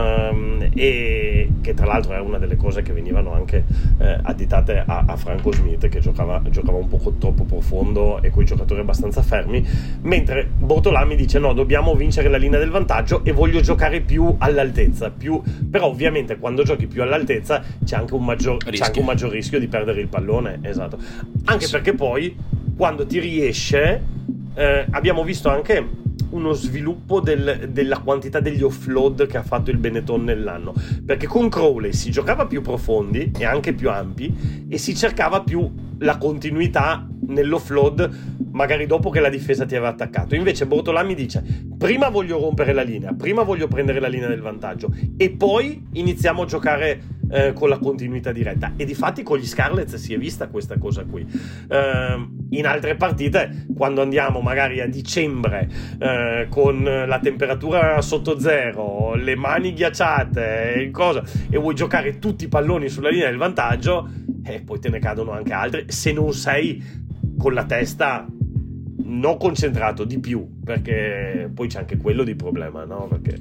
ehm, e che tra l'altro è una delle cose che venivano anche eh, additate a, a Franco Smith, che giocava, giocava un po' troppo profondo e coi giocatori abbastanza fermi, mentre Bortolami dice no, dobbiamo vincere la linea del vantaggio e voglio giocare più all'altezza, più... però ovviamente quando giochi più all'altezza c'è anche un maggior, c'è anche un maggior rischio di perdere il pallone, esatto, anche Sì. perché poi quando ti riesce eh, abbiamo visto anche uno sviluppo del, della quantità degli offload che ha fatto il Benetton nell'anno, perché con Crowley si giocava più profondi e anche più ampi e si cercava più la continuità nell'offload magari dopo che la difesa ti aveva attaccato. Invece Bortolami dice: prima voglio rompere la linea, prima voglio prendere la linea del vantaggio e poi iniziamo a giocare eh, con la continuità diretta. E difatti con gli Scarlets si è vista questa cosa qui. Eh, in altre partite, quando andiamo magari a dicembre eh, con la temperatura sotto zero, le mani ghiacciate e cosa, e vuoi giocare tutti i palloni sulla linea del vantaggio, e eh, poi te ne cadono anche altri se non sei con la testa non concentrato di più, perché poi c'è anche quello di problema, no? Perché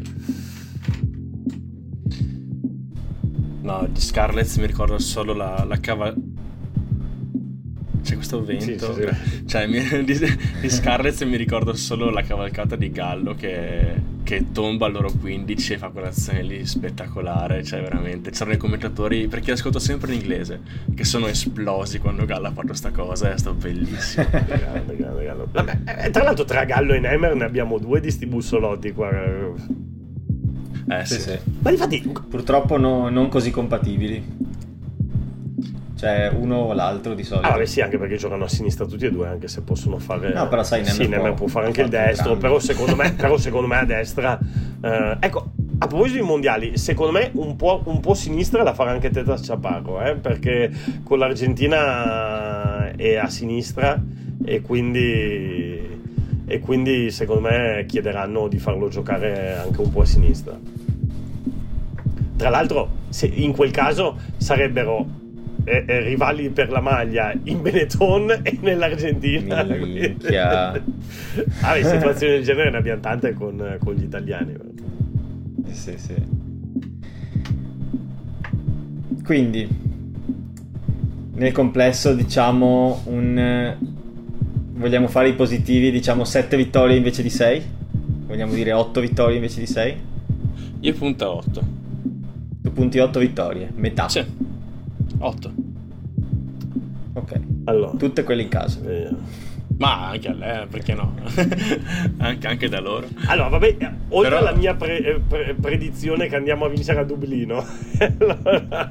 No, di Scarlets mi ricordo solo la, la cava... C'è questo vento. Sì, sì, sì. Cioè, mi, di, di Scarlets mi ricordo solo la cavalcata di Gallo che, che tomba al loro quindici e fa quell'azione lì spettacolare. Cioè, veramente. C'erano i commentatori, perché ascolto sempre in inglese, che sono esplosi quando Gallo ha fatto sta cosa. È stato bellissimo. grande, grande Gallo. Vabbè, eh, tra l'altro tra Gallo e Nemer ne abbiamo due di sti bussolotti qua. Eh sì, Sì, sì. Ma infatti Purtroppo no- non così compatibili. Cioè uno o l'altro di solito. ah, vabbè, sì, anche perché giocano a sinistra tutti e due, anche se possono fare. No, però sai, Nemer sì, Nemer può- può fare anche il può fare destro, entrambi. però secondo me, però secondo me a destra. eh, ecco, a proposito dei mondiali, secondo me un po', un po' sinistra la farà anche Teta Chaparro, eh, perché con l'Argentina è a sinistra e quindi e quindi secondo me chiederanno di farlo giocare anche un po' a sinistra. Tra l'altro, se in quel caso sarebbero eh, eh, rivali per la maglia in Benetton e nell'Argentina. Minchia. ah, beh, situazioni del genere ne abbiamo tante con, con gli italiani. Sì, sì. Quindi nel complesso diciamo un... vogliamo fare i positivi, diciamo sette vittorie invece di sei? Vogliamo dire otto vittorie invece di sei? Io punto a otto. Tu punti otto vittorie, metà. Sì, otto. Ok, Allora, tutte quelle in casa. eh, Ma anche a lei, perché no? anche, anche da loro. allora, vabbè, oltre Però- alla mia pre- eh, pre- predizione che andiamo a vincere a Dublino, allora,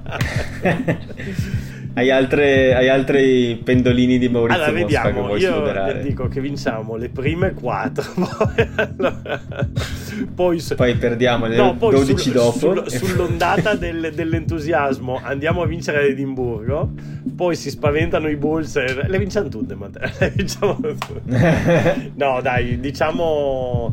Hai altre, hai altri pendolini di Maurizio allora Mosca che vediamo. vuoi Io sfoderare? dico che vinciamo le prime quattro, poi, allora, poi, su- Poi perdiamo le no, poi dodici sul- dopo. sul- e- sull'ondata del- dell'entusiasmo andiamo a vincere ad Edimburgo, poi si spaventano i Bulls e le vinciamo tutte, Matteo. Le vinciamo tutte. No, dai, diciamo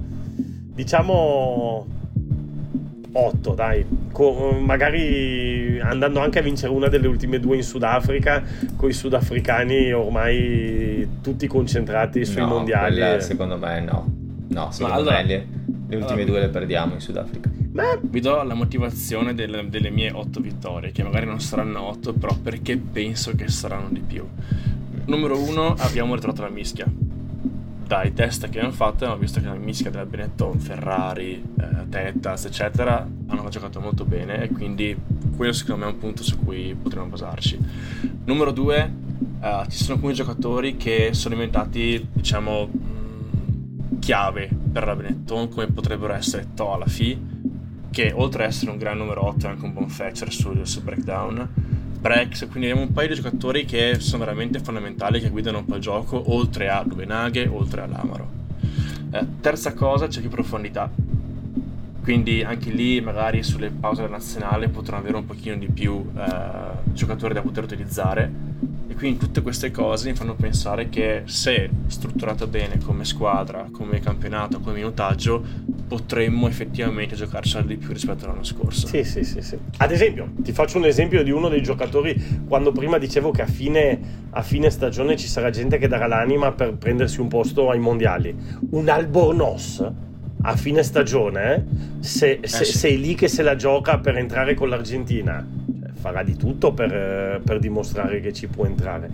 diciamo otto, dai. Co- magari andando anche a vincere una delle ultime due in Sudafrica, con i sudafricani ormai tutti concentrati sui No, mondiali. quella, secondo me no. No, secondo allora- me le, le ultime allora- due le perdiamo in Sudafrica. Ma Vi do la motivazione delle, delle mie otto vittorie, che magari non saranno otto, però perché penso che saranno di più. Numero uno, abbiamo ritrovato la mischia. Dai test che abbiamo fatto, abbiamo visto che la mischia della Benetton, Ferrari, eh, Tettas, eccetera, hanno giocato molto bene, e quindi quello secondo me è un punto su cui potremmo basarci. Numero due, eh, ci sono alcuni giocatori che sono diventati, diciamo, mh, chiave per la Benetton, come potrebbero essere Toa Fi, che oltre ad essere un gran numero otto è anche un buon fetcher sul, sul breakdown. Brex, quindi abbiamo un paio di giocatori che sono veramente fondamentali, che guidano un po' il gioco, oltre a Lubenaghe, oltre a Lamaro. Eh, terza cosa, c'è più profondità, quindi anche lì magari sulle pause della nazionale potranno avere un pochino di più eh, giocatori da poter utilizzare, e quindi tutte queste cose mi fanno pensare che se strutturato bene come squadra, come campionato, come minutaggio, potremmo effettivamente giocarcela di più rispetto all'anno scorso. Sì, sì, sì, sì. Ad esempio, ti faccio un esempio di uno dei giocatori, quando prima dicevo che a fine, a fine stagione ci sarà gente che darà l'anima per prendersi un posto ai mondiali. Un Albornoz a fine stagione, se, se, Eh sì. se è lì che se la gioca per entrare con l'Argentina, cioè, farà di tutto per, per dimostrare che ci può entrare.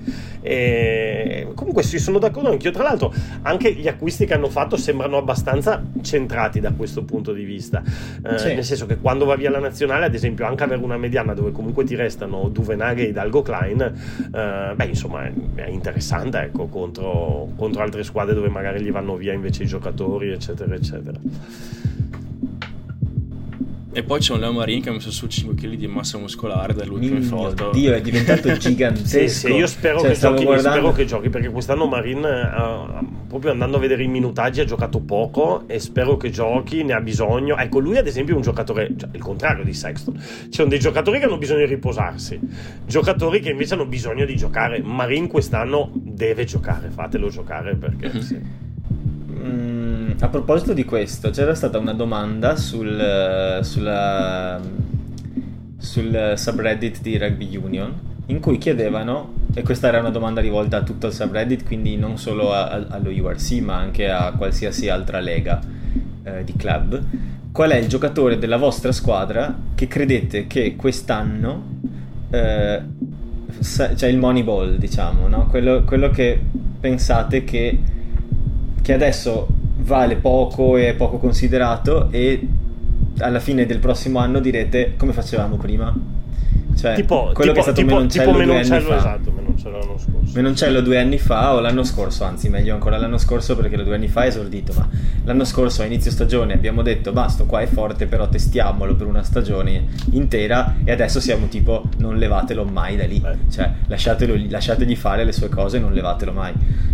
E comunque sì, sono d'accordo anch'io. Tra l'altro anche gli acquisti che hanno fatto sembrano abbastanza centrati da questo punto di vista, eh, Sì. nel senso che quando va via la nazionale, ad esempio, anche avere una mediana dove comunque ti restano Duvenaghe e Hidalgo Klein, eh, beh insomma è, è interessante, ecco, contro, contro altre squadre dove magari gli vanno via invece i giocatori, eccetera eccetera. E poi c'è un Leo Marin che ha messo su cinque chili di massa muscolare dalle ultime Mio foto. Dio, è diventato gigantesco. Sì, sì, io spero, Cioè, che stavo giochi, guardando- spero che giochi, perché quest'anno Marin, eh, proprio andando a vedere i minutaggi, ha giocato poco e spero che giochi, ne ha bisogno. Ecco, lui ad esempio è un giocatore, cioè il contrario di Sexton. Ci sono dei giocatori che hanno bisogno di riposarsi, giocatori che invece hanno bisogno di giocare. Marin quest'anno deve giocare, fatelo giocare, perché Mhm. sì. Mm, a proposito di questo, c'era stata una domanda sul, sulla, sul subreddit di Rugby Union, in cui chiedevano, e questa era una domanda rivolta a tutto il subreddit, quindi non solo a- a- allo U R C ma anche a qualsiasi altra lega eh, di club: qual è il giocatore della vostra squadra che credete che quest'anno eh, sa- cioè il Moneyball, diciamo, no? quello, quello che pensate che che adesso vale poco e è poco considerato, e alla fine del prossimo anno direte come facevamo prima, cioè Tipo, quello tipo, che è stato tipo, Menoncello tipo due anni Menoncello, fa. esatto, Menoncello l'anno scorso. Menoncello due anni fa o l'anno scorso, anzi meglio ancora l'anno scorso, perché due anni fa è esordito, ma l'anno scorso a inizio stagione abbiamo detto basta, qua è forte, però testiamolo per una stagione intera, e adesso siamo tipo non levatelo mai da lì, Beh. cioè lasciatelo, lasciategli fare le sue cose, non levatelo mai.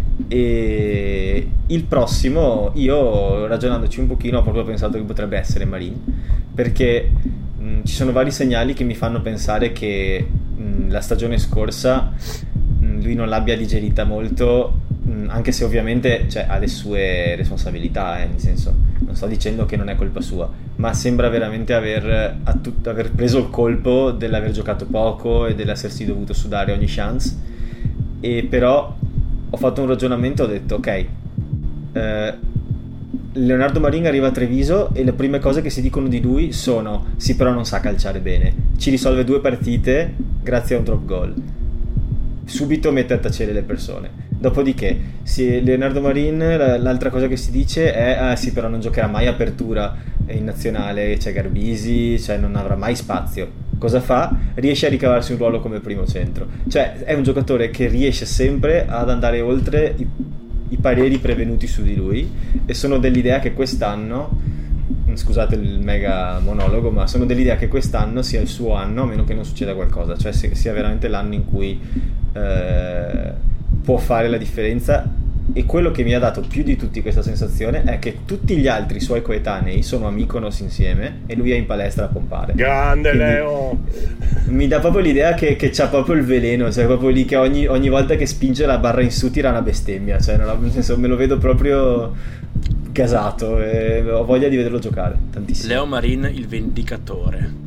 E il prossimo, io ragionandoci un pochino ho proprio pensato che potrebbe essere Marin, perché mh, ci sono vari segnali che mi fanno pensare che mh, la stagione scorsa mh, lui non l'abbia digerita molto, mh, anche se ovviamente cioè, ha le sue responsabilità, eh, nel senso, non sto dicendo che non è colpa sua, ma sembra veramente aver, a tut- aver preso il colpo dell'aver giocato poco e dell'essersi dovuto sudare ogni chance. E però ho fatto un ragionamento, ho detto ok, eh, Leonardo Marin arriva a Treviso e le prime cose che si dicono di lui sono sì, però non sa calciare bene, ci risolve due partite grazie a un drop goal. subito mette a tacere le persone. Dopodiché sì, Leonardo Marin, l'altra cosa che si dice è ah sì, però non giocherà mai apertura in nazionale, c'è Garbisi, cioè non avrà mai spazio. Cosa fa? Riesce a ricavarsi un ruolo come primo centro, cioè è un giocatore che riesce sempre ad andare oltre i, i pareri prevenuti su di lui, e sono dell'idea che quest'anno, scusate il mega monologo, ma sono dell'idea che quest'anno sia il suo anno, a meno che non succeda qualcosa, cioè sia veramente l'anno in cui eh, può fare la differenza. E quello che mi ha dato più di tutti questa sensazione è che tutti gli altri suoi coetanei sono a Mykonos insieme e lui è in palestra a pompare. Grande Quindi Leo! Mi dà proprio l'idea che, che c'ha proprio il veleno, cioè proprio lì che ogni, ogni volta che spinge la barra in su tira una bestemmia, cioè non, nel senso, me lo vedo proprio gasato e ho voglia di vederlo giocare tantissimo. Leo Marin il vendicatore.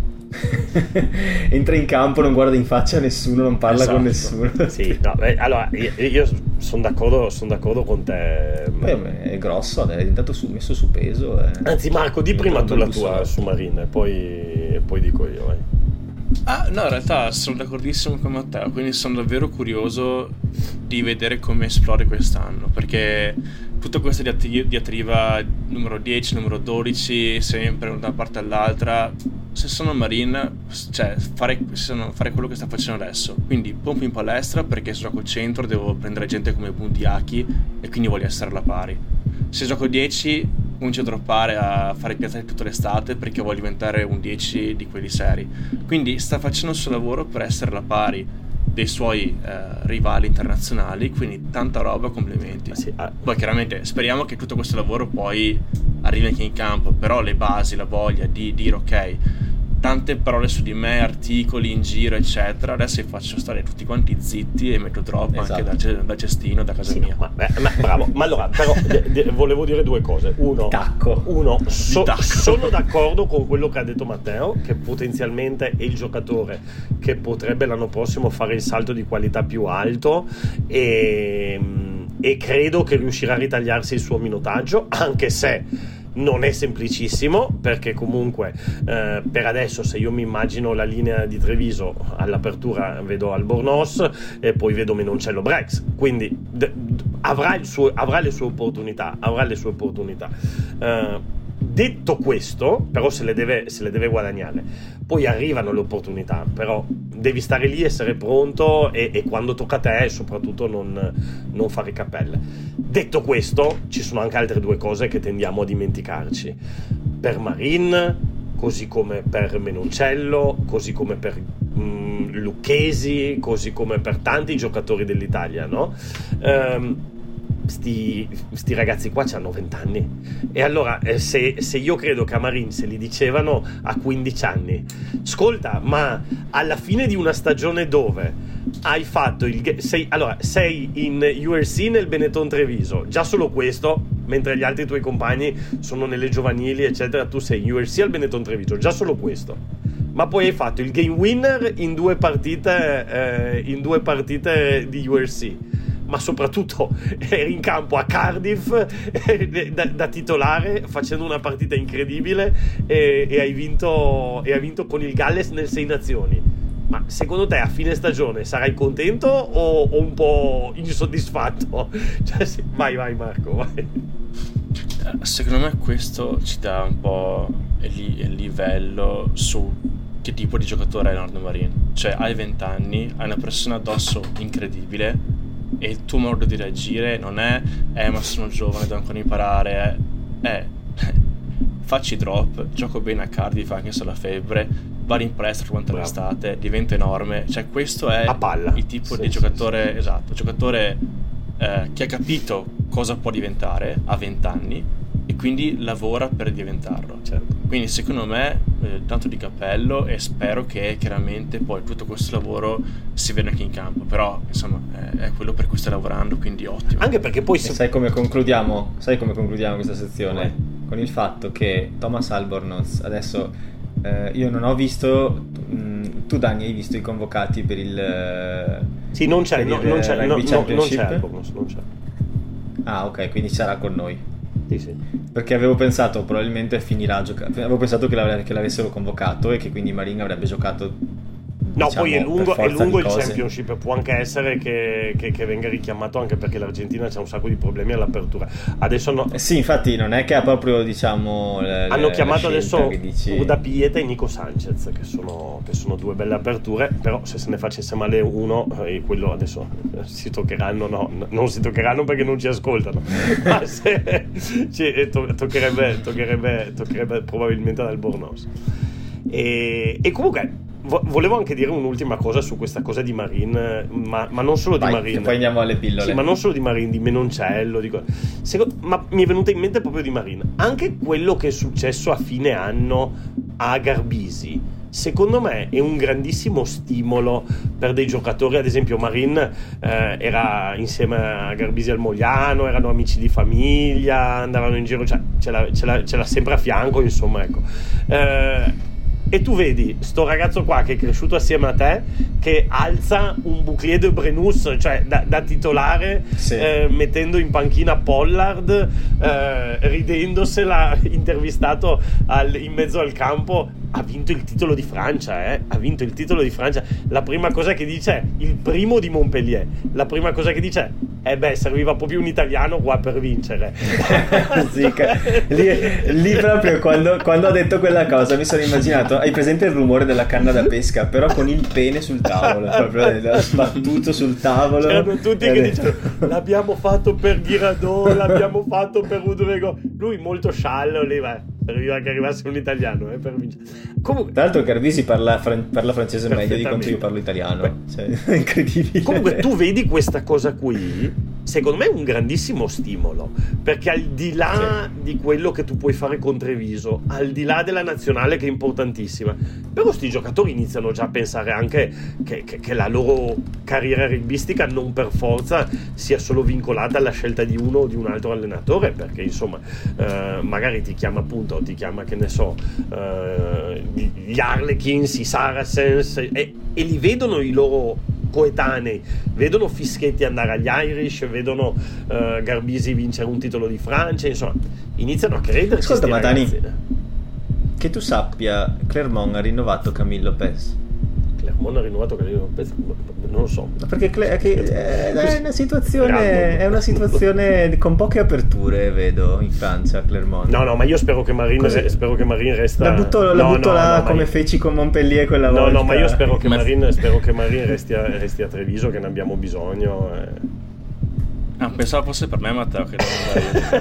Entra in campo, non guarda in faccia a nessuno, non parla Esatto. con nessuno. Sì, no, beh, allora io, io sono d'accordo, sono d'accordo con te. Poi è grosso, è diventato su, messo su peso. È... Anzi, Marco, di prima tu la tua su Marin e poi, poi dico io. Eh. Ah, no, in realtà sono d'accordissimo con Matteo, quindi sono davvero curioso di vedere come esplore quest'anno, perché tutta questa diatri- diatriba numero dieci, numero dodici, sempre da una parte all'altra, se sono Marin, cioè fare, se sono, fare quello che sta facendo adesso, quindi pompo in palestra perché se gioco centro devo prendere gente come Bundiaki e quindi voglio essere alla pari. Se gioco dieci comincio a droppare a fare piazzate tutta l'estate perché voglio diventare un dieci di quelli seri, quindi sta facendo il suo lavoro per essere alla pari dei suoi eh, rivali internazionali, quindi tanta roba, complimenti. Sì, ah. Poi chiaramente speriamo che tutto questo lavoro poi arrivi anche in campo, però le basi, la voglia di dire ok, tante parole su di me, articoli in giro eccetera, adesso vi faccio stare tutti quanti zitti e metto drop esatto. anche da, da cestino, da casa Sì, mia. ma, ma, bravo, ma allora però de, de, volevo dire due cose. Uno, Tacco. uno so, Tacco. sono d'accordo con quello che ha detto Matteo, che potenzialmente è il giocatore che potrebbe l'anno prossimo fare il salto di qualità più alto, e, e credo che riuscirà a ritagliarsi il suo minutaggio, anche se non è semplicissimo, perché comunque eh, per adesso, se io mi immagino la linea di Treviso all'apertura, vedo Albornoz e poi vedo Menoncello Brex, quindi d- d- avrà, il suo, avrà le sue opportunità avrà le sue opportunità eh, detto questo, però se le deve, se le deve guadagnare. Poi arrivano le opportunità, però devi stare lì, essere pronto e, e quando tocca a te soprattutto non, non fare cappelle. Detto questo, ci sono anche altre due cose che tendiamo a dimenticarci. Per Marin, così come per Menoncello, così come per mm, Lucchesi, così come per tanti giocatori dell'Italia, no? Um, Sti, sti ragazzi qua hanno venti anni, e allora eh, se, se io credo che a Marin se li dicevano a quindici anni, ascolta, ma alla fine di una stagione dove hai fatto il sei, allora sei in U R C nel Benetton Treviso, già solo questo, mentre gli altri tuoi compagni sono nelle giovanili eccetera, tu sei in U R C al Benetton Treviso, già solo questo, ma poi hai fatto il game winner in due partite eh, in due partite di U R C, ma soprattutto eri in campo a Cardiff eh, da, da titolare facendo una partita incredibile, e, e hai vinto e hai vinto con il Galles nel Sei Nazioni. Ma secondo te a fine stagione sarai contento o, o un po' insoddisfatto? Cioè, sì, vai vai Marco, vai. Secondo me questo ci dà un po' il, il livello su che tipo di giocatore è Leonardo Marin. Cioè hai venti anni, hai una persona addosso incredibile e il tuo modo di reagire non è eh ma sono giovane, devo ancora imparare, è, è facci drop, gioco bene a Cardiff anche se ho la febbre, vado in palestra quanto l'estate, divento enorme. Cioè questo è a palla. Il tipo sì, di sì, giocatore sì. Esatto, giocatore eh, che ha capito cosa può diventare a venti anni e quindi lavora per diventarlo. Certo. Quindi secondo me eh, tanto di cappello, e spero che chiaramente poi tutto questo lavoro si veda anche in campo, però insomma è, è quello per cui stai lavorando, quindi ottimo. Anche perché poi se... se... sai come concludiamo sai come concludiamo questa sezione? Vai. Con il fatto che Thomas Albornoz adesso eh, io non ho visto mh, tu Dani hai visto i convocati per il eh, sì non c'è, no, il, non c'è, no, no, non c'è Albornoz, non c'è. Ah ok, quindi sarà con noi. Sì, sì. Perché avevo pensato probabilmente finirà a giocare, avevo pensato che, che l'avessero convocato e che quindi Marin avrebbe giocato No, diciamo, poi è lungo, per è forza lungo di il cose. Championship, può anche essere che, che, che venga richiamato, anche perché l'Argentina c'ha un sacco di problemi all'apertura. Adesso no, Eh sì, infatti non è che ha proprio, diciamo, le- hanno le- chiamato la scelta adesso che dici... Urda Pieta e Nico Sanchez, che sono, che sono due belle aperture, però se se ne facesse male uno, eh, quello adesso si toccheranno, no, n- non si toccheranno perché non ci ascoltano, ma se, ci- to- toccherebbe, toccherebbe, toccherebbe probabilmente ad Albornoz. E, e comunque vo- volevo anche dire un'ultima cosa su questa cosa di Marin, ma, ma non solo Vai, di che Marin. poi andiamo alle pillole. Sì, ma non solo di Marin, di Menoncello, di co- Secondo- ma mi è venuto in mente proprio di Marin. Anche quello che è successo a fine anno a Garbisi, secondo me è un grandissimo stimolo per dei giocatori. Ad esempio Marin eh, era insieme a Garbisi al Mogliano, erano amici di famiglia, andavano in giro, cioè ce l'ha, ce l'ha- ce l'ha sempre a fianco, insomma, ecco. Eh, e tu vedi sto ragazzo qua che è cresciuto assieme a te, che alza un bouclier de Brennus, cioè da, da titolare, Sì. eh, mettendo in panchina Pollard, eh, ridendosela, intervistato al- in mezzo al campo. Ha vinto il titolo di Francia, eh? Ha vinto il titolo di Francia. La prima cosa che dice è il primo di Montpellier. La prima cosa che dice è eh beh, serviva proprio un italiano qua per vincere. Sì, ca- lì, lì proprio quando, quando ha detto quella cosa mi sono immaginato, hai presente il rumore della canna da pesca, però con il pene sul tavolo, proprio l'ha sbattuto sul tavolo. C'erano tutti e ha che detto- dicevano l'abbiamo fatto per Ghiradò, l'abbiamo fatto per Udrego. Lui molto sciallo lì, beh, serviva che arrivasse un italiano, eh, per vincere. Comunque, Tra l'altro Garbisi parla, fran- parla francese meglio di quanto io Perfettamente. parlo italiano, cioè, è incredibile. Comunque tu vedi questa cosa qui, secondo me è un grandissimo stimolo, perché al di là di quello che tu puoi fare con Treviso, al di là della nazionale che è importantissima, però sti giocatori iniziano già a pensare anche che, che- che la loro carriera rugbistica non per forza sia solo vincolata alla scelta di uno o di un altro allenatore, perché insomma eh, magari ti chiama appunto, ti chiama che ne so eh, gli Harlequins, i Saracens, e, e li vedono i loro coetanei, vedono Fischetti andare agli Irish, vedono eh, Garbisi vincere un titolo di Francia, insomma iniziano a crederci. Ascolta, sti ma Dani, ragazzi. che tu sappia, Clermont ha rinnovato Camille Lopez. Clermont ha rinnovato Camillo Lopez, non lo so. Perché Cle- che- è, è una situazione, Random. è una situazione con poche aperture, vedo, in Francia, Clermont. No, no, ma io spero che Marin, Così. spero che Marin resta. La butto, la no, butto no, là no, ma come io- feci con Montpellier quella No, volta. no, ma io spero che Ma- Marin, spero che Marin resti, a, resti a Treviso, che ne abbiamo bisogno. eh. Ah, pensavo fosse per me, Matteo, che devo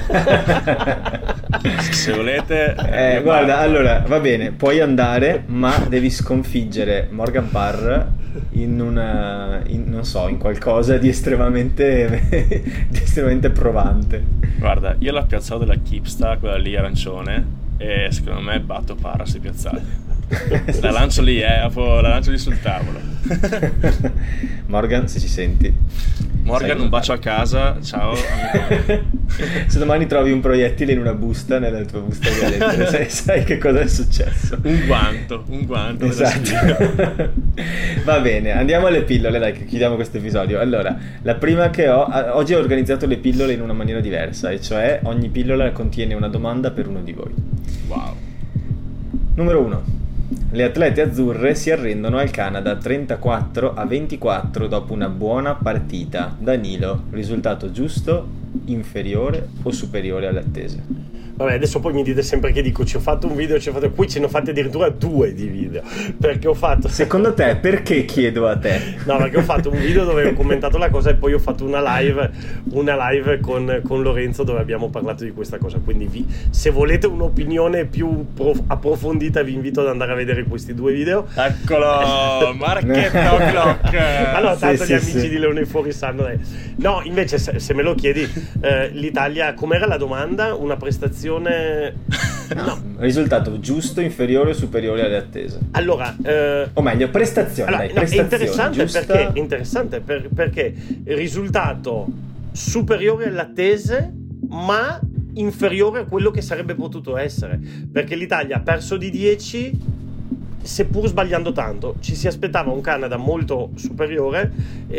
andare io. Se volete... Eh, io guarda, parto. allora, va bene, puoi andare, ma devi sconfiggere Morgan Parr in una, in- non so, in qualcosa di estremamente, di estremamente provante. Guarda, io la piazzata della Kipsta, quella lì arancione, e secondo me batto Parra sui piazzati. La lancio lì, eh, proprio la lancio lì sul tavolo. Morgan, se ci senti. Morgan, sai un cosa bacio a casa, ciao. fare. Se domani trovi un proiettile in una busta, nella tua busta di lettere, sai, sai che cosa è successo. Un guanto, un guanto. della stiva. Esatto. Va bene, andiamo alle pillole, dai, che chiudiamo questo episodio. Allora, la prima che ho, ah, oggi ho organizzato le pillole in una maniera diversa, e cioè ogni pillola contiene una domanda per uno di voi. Wow. Numero uno. Le atlete azzurre si arrendono al Canada trentaquattro a ventiquattro dopo una buona partita. Danilo, risultato giusto, inferiore o superiore alle attese? Vabbè, adesso poi mi dite sempre che dico ci ho fatto un video, ci ho fatto... qui ce ne ho fatti addirittura due di video, perché ho fatto... Secondo te, perché chiedo a te? No, perché ho fatto un video dove ho commentato la cosa e poi ho fatto una live, una live con, con Lorenzo dove abbiamo parlato di questa cosa. Quindi vi, se volete un'opinione più prof- approfondita vi invito ad andare a vedere questi due video. Eccolo, Marchetto Clock. Allora, tanto Sì, gli sì, amici sì. di Leone Fuori sanno. dai. No, invece se, se me lo chiedi, eh, l'Italia, com'era la domanda? Una prestazione... No. Risultato giusto, inferiore o superiore alle attese? Allora... eh, O meglio, prestazione, Allora, dai, no, è prestazione interessante giusta. perché, interessante per- perché il risultato superiore alle attese, ma inferiore a quello che sarebbe potuto essere, perché l'Italia ha perso di dieci, seppur sbagliando tanto. Ci si aspettava un Canada molto superiore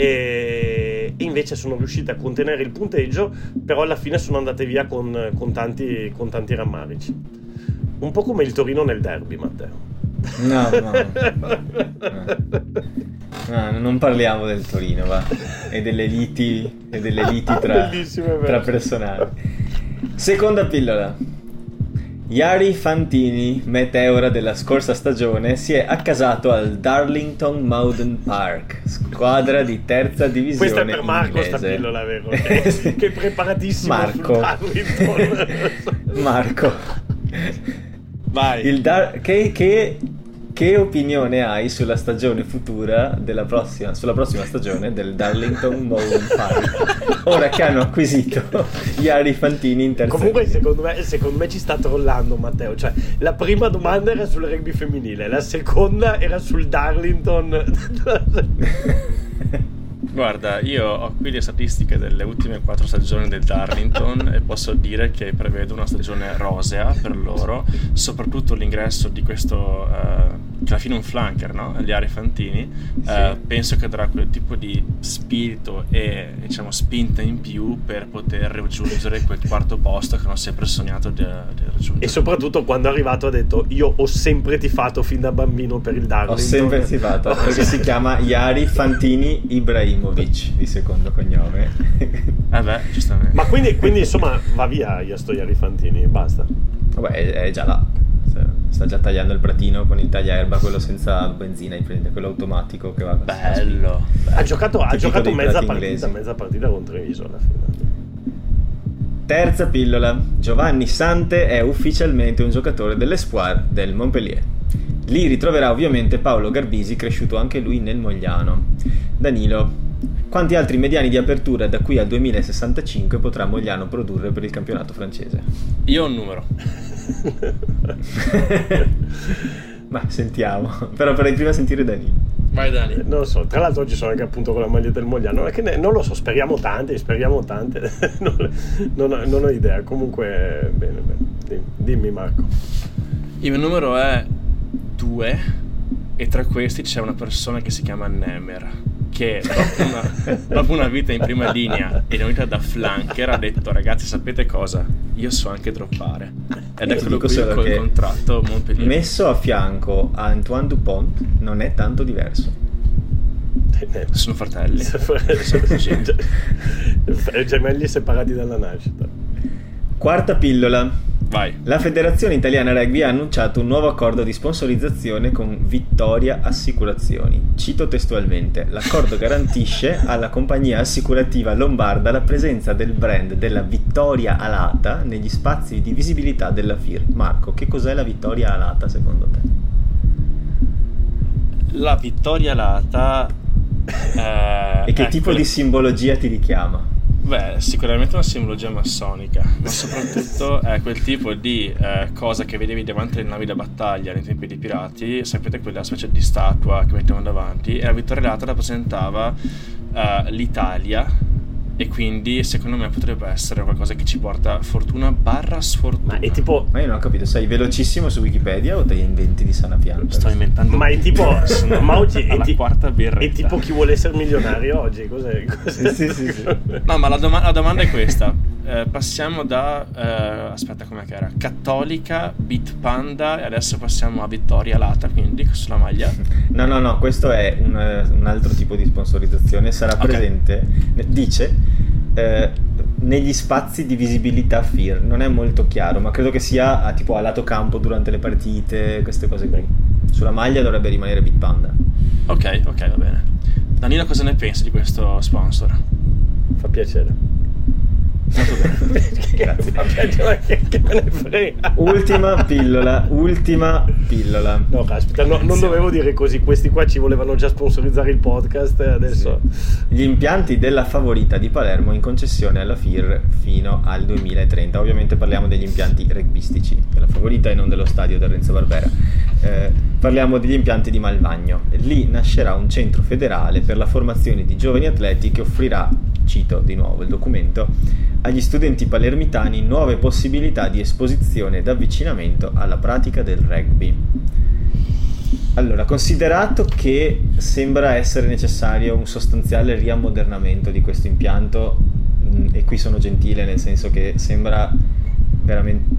e, e invece sono riusciti a contenere il punteggio, però alla fine sono andate via con, con tanti, con tanti rammarici. Un po' come il Torino nel derby, Matteo. No, no. no. no non parliamo del Torino, va. E delle liti, e delle liti tra, tra personali. Seconda pillola. Jari Fantini, meteora della scorsa stagione, si è accasato al Darlington Mowden Park, squadra di terza divisione inglese. Questa è per Marco inglese. sta pillola, vero? Che, che è preparatissimo Marco. sul Darlington. Marco. Vai. Il Dar- che, che, che opinione hai sulla stagione futura della prossima, sulla prossima stagione del Darlington Mowden Park? Ora che hanno acquisito Jari Fantini in terza Comunque linea. secondo me, secondo me ci sta trollando Matteo. Cioè, la prima domanda era sul rugby femminile, la seconda era sul Darlington. Guarda, io ho qui le statistiche delle ultime quattro stagioni del Darlington e posso dire che prevedo una stagione rosea per loro, soprattutto l'ingresso di questo, uh, che alla fine è un flanker, no? Jari Fantini. Sì. Uh, penso che darà quel tipo di spirito e, diciamo, spinta in più per poter raggiungere quel quarto posto che hanno sempre sognato di, di raggiungere. E soprattutto quando è arrivato ha detto: io ho sempre tifato fin da bambino per il Darlington. Ho sempre tifato, perché si chiama Jari Fantini Ibrahimovic di secondo cognome. Eh beh, giustamente. Ma quindi, quindi insomma va via io sto Jari Fantini, basta. Vabbè, è, è già là. Sta già tagliando il pratino con il tagliaerba, quello senza benzina, quello automatico che va. Bello. Ha giocato, ha giocato mezza partita, inglesi. mezza partita contro Treviso alla fine. Terza pillola. Giovanni Sante è ufficialmente un giocatore dell'Espoir del Montpellier. Lì ritroverà ovviamente Paolo Garbisi, cresciuto anche lui nel Mogliano. Danilo, quanti altri mediani di apertura da qui al duemilasessantacinque potrà Mogliano produrre per il campionato francese? Io ho un numero. Ma sentiamo. Però vorrei prima sentire Danilo. Vai Dani. Non lo so, tra l'altro oggi sono anche appunto con la maglietta del Mogliano, che ne, non lo so, speriamo tante, speriamo tante. non, non, ho, non ho idea, comunque bene, bene. Dimmi Marco. Il mio numero è due e tra questi c'è una persona che si chiama Nemer, che dopo una, dopo una vita in prima linea e una vita da flanker ha detto: ragazzi, sapete cosa? Io so anche droppare. Ed Io è ti quello dico qui solo col che contratto Montpellier. Messo a fianco a Antoine Dupont non è tanto diverso. Sono fratelli. Gemelli separati dalla nascita. Quarta pillola. Vai. La Federazione Italiana Rugby ha annunciato un nuovo accordo di sponsorizzazione con Vittoria Assicurazioni. Cito testualmente: l'accordo garantisce alla compagnia assicurativa lombarda la presenza del brand della Vittoria Alata negli spazi di visibilità della F I R. Marco, che cos'è la Vittoria Alata secondo te? La Vittoria Alata eh, E che è tipo quella- di simbologia ti richiama? Beh, sicuramente una simbologia massonica, ma soprattutto è quel tipo di eh, cosa che vedevi davanti alle navi da battaglia nei tempi dei pirati. Sapete, quella specie di statua che mettevano davanti, e la Vittoria Alata rappresentava eh, l'Italia, e quindi secondo me potrebbe essere qualcosa che ci porta fortuna barra sfortuna. Ma è tipo, Ma io non ho capito, sei velocissimo su Wikipedia o te inventi di sana pianta? Sto inventando ma è tutto. tipo, Sono ma oggi è, alla ti- quarta birretta. è tipo Chi vuole essere milionario oggi, cos'è? cos'è? Sì, sì, sì. No, ma la, doma- la domanda è questa. Eh, passiamo da eh, aspetta, com'è che era? Cattolica, Beat Panda, e adesso passiamo a Vittoria Alata, quindi sulla maglia. No, no, no, questo è un, un altro tipo di sponsorizzazione. Sarà Ok. presente, dice, eh, negli spazi di visibilità F I R. Non è molto chiaro, ma credo che sia a, tipo a lato campo durante le partite, queste cose qui. Sulla maglia dovrebbe rimanere Beat Panda. Ok, ok, va bene. Danilo, cosa ne pensi di questo sponsor? Fa piacere. Molto bene. Grazie. Fa piacere, che, che me ne frega. Ultima pillola, ultima pillola. No, caspita, no, non dovevo dire così. Questi qua ci volevano già sponsorizzare il podcast e adesso... Gli impianti della Favorita di Palermo in concessione alla F I R fino al duemilatrenta. Ovviamente parliamo degli impianti rugbyistici della Favorita e non dello stadio del Renzo Barbera. Eh, parliamo degli impianti di Malvagno. Lì nascerà un centro federale per la formazione di giovani atleti che offrirà, cito di nuovo il documento, agli studenti palermitani nuove possibilità di esposizione ed avvicinamento alla pratica del rugby. Allora, considerato che sembra essere necessario un sostanziale riammodernamento di questo impianto, mh, e qui sono gentile nel senso che sembra veramente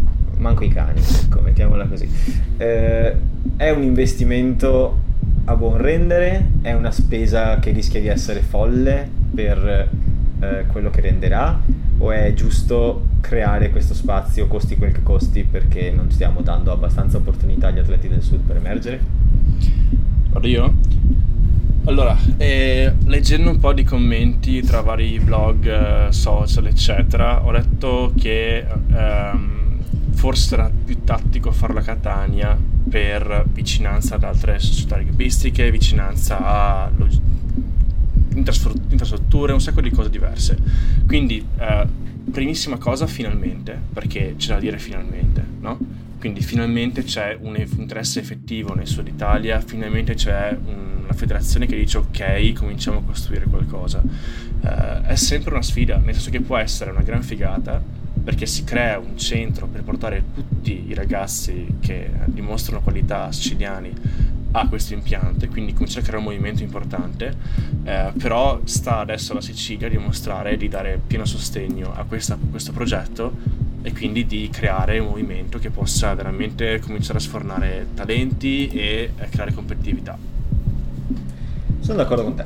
manco i cani, ecco, mettiamola così. Eh, è un investimento a buon rendere, è una spesa che rischia di essere folle per eh, quello che renderà, o è giusto creare questo spazio costi quel che costi perché non stiamo dando abbastanza opportunità agli atleti del sud per emergere? Vado io? Allora, eh, leggendo un po' di commenti tra vari blog, eh, social eccetera, ho letto che ehm, forse sarà più tattico farlo a Catania per vicinanza ad altre società rugbistiche, vicinanza a log- infrastrutture, un sacco di cose diverse. Quindi eh, primissima cosa, finalmente, perché c'è da dire finalmente, no? Quindi finalmente c'è un interesse effettivo nel Sud Italia, finalmente c'è una federazione che dice ok, cominciamo a costruire qualcosa. Uh, è sempre una sfida, nel senso che può essere una gran figata, perché si crea un centro per portare tutti i ragazzi che dimostrano qualità siciliani a questo impianto, e quindi cominciare a creare un movimento importante, eh, però sta adesso alla Sicilia dimostrare di dare pieno sostegno a, questa, a questo progetto, e quindi di creare un movimento che possa veramente cominciare a sfornare talenti e a creare competitività. Sono d'accordo con te,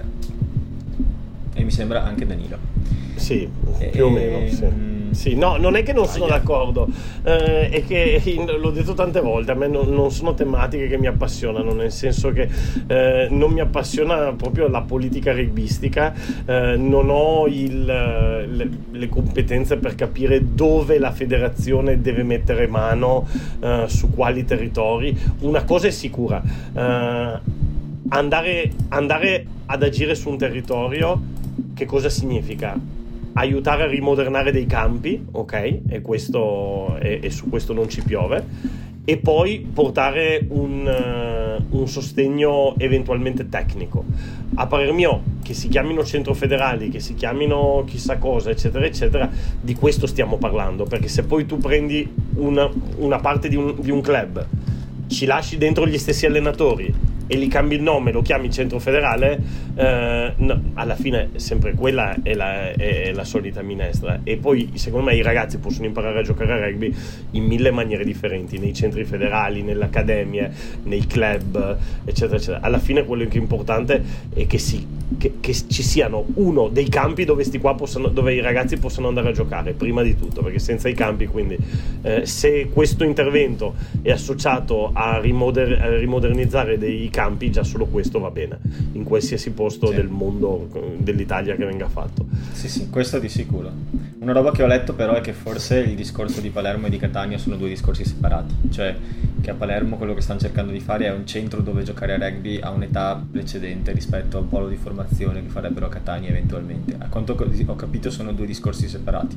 e mi sembra anche Danilo. Sì, e... più o meno, sì. Sì, no, non è che non sono ah, yeah. d'accordo, eh, è che l'ho detto tante volte, a me non, non sono tematiche che mi appassionano, nel senso che eh, non mi appassiona proprio la politica rugbistica, eh, non ho il, le, le competenze per capire dove la federazione deve mettere mano, eh, su quali territori. Una cosa è sicura, eh, andare, andare ad agire su un territorio, che cosa significa? Aiutare a rimodernare dei campi, ok, e questo e, e su questo non ci piove, e poi portare un, uh, un sostegno eventualmente tecnico. A parer mio, che si chiamino centro federali, che si chiamino chissà cosa, eccetera eccetera, di questo stiamo parlando, perché se poi tu prendi una, una parte di un, di un club, ci lasci dentro gli stessi allenatori e gli cambi il nome, lo chiami centro federale, eh, no, alla fine sempre quella è la, è la solita minestra. E poi secondo me i ragazzi possono imparare a giocare a rugby in mille maniere differenti, nei centri federali, nelle accademie, nei club, eccetera eccetera. Alla fine quello che è importante è che, si, che, che ci siano uno dei campi dove, sti qua possano, dove i ragazzi possano andare a giocare, prima di tutto, perché senza i campi, quindi eh, se questo intervento è associato a, rimoder- a rimodernizzare dei campi, già solo questo va bene in qualsiasi posto, sì, del mondo, dell'Italia che venga fatto. Sì sì, questo di sicuro. Una roba che ho letto però è che forse il discorso di Palermo e di Catania sono due discorsi separati, cioè che a Palermo quello che stanno cercando di fare è un centro dove giocare a rugby a un'età precedente rispetto al polo di formazione che farebbero a Catania eventualmente. A quanto ho capito sono due discorsi separati.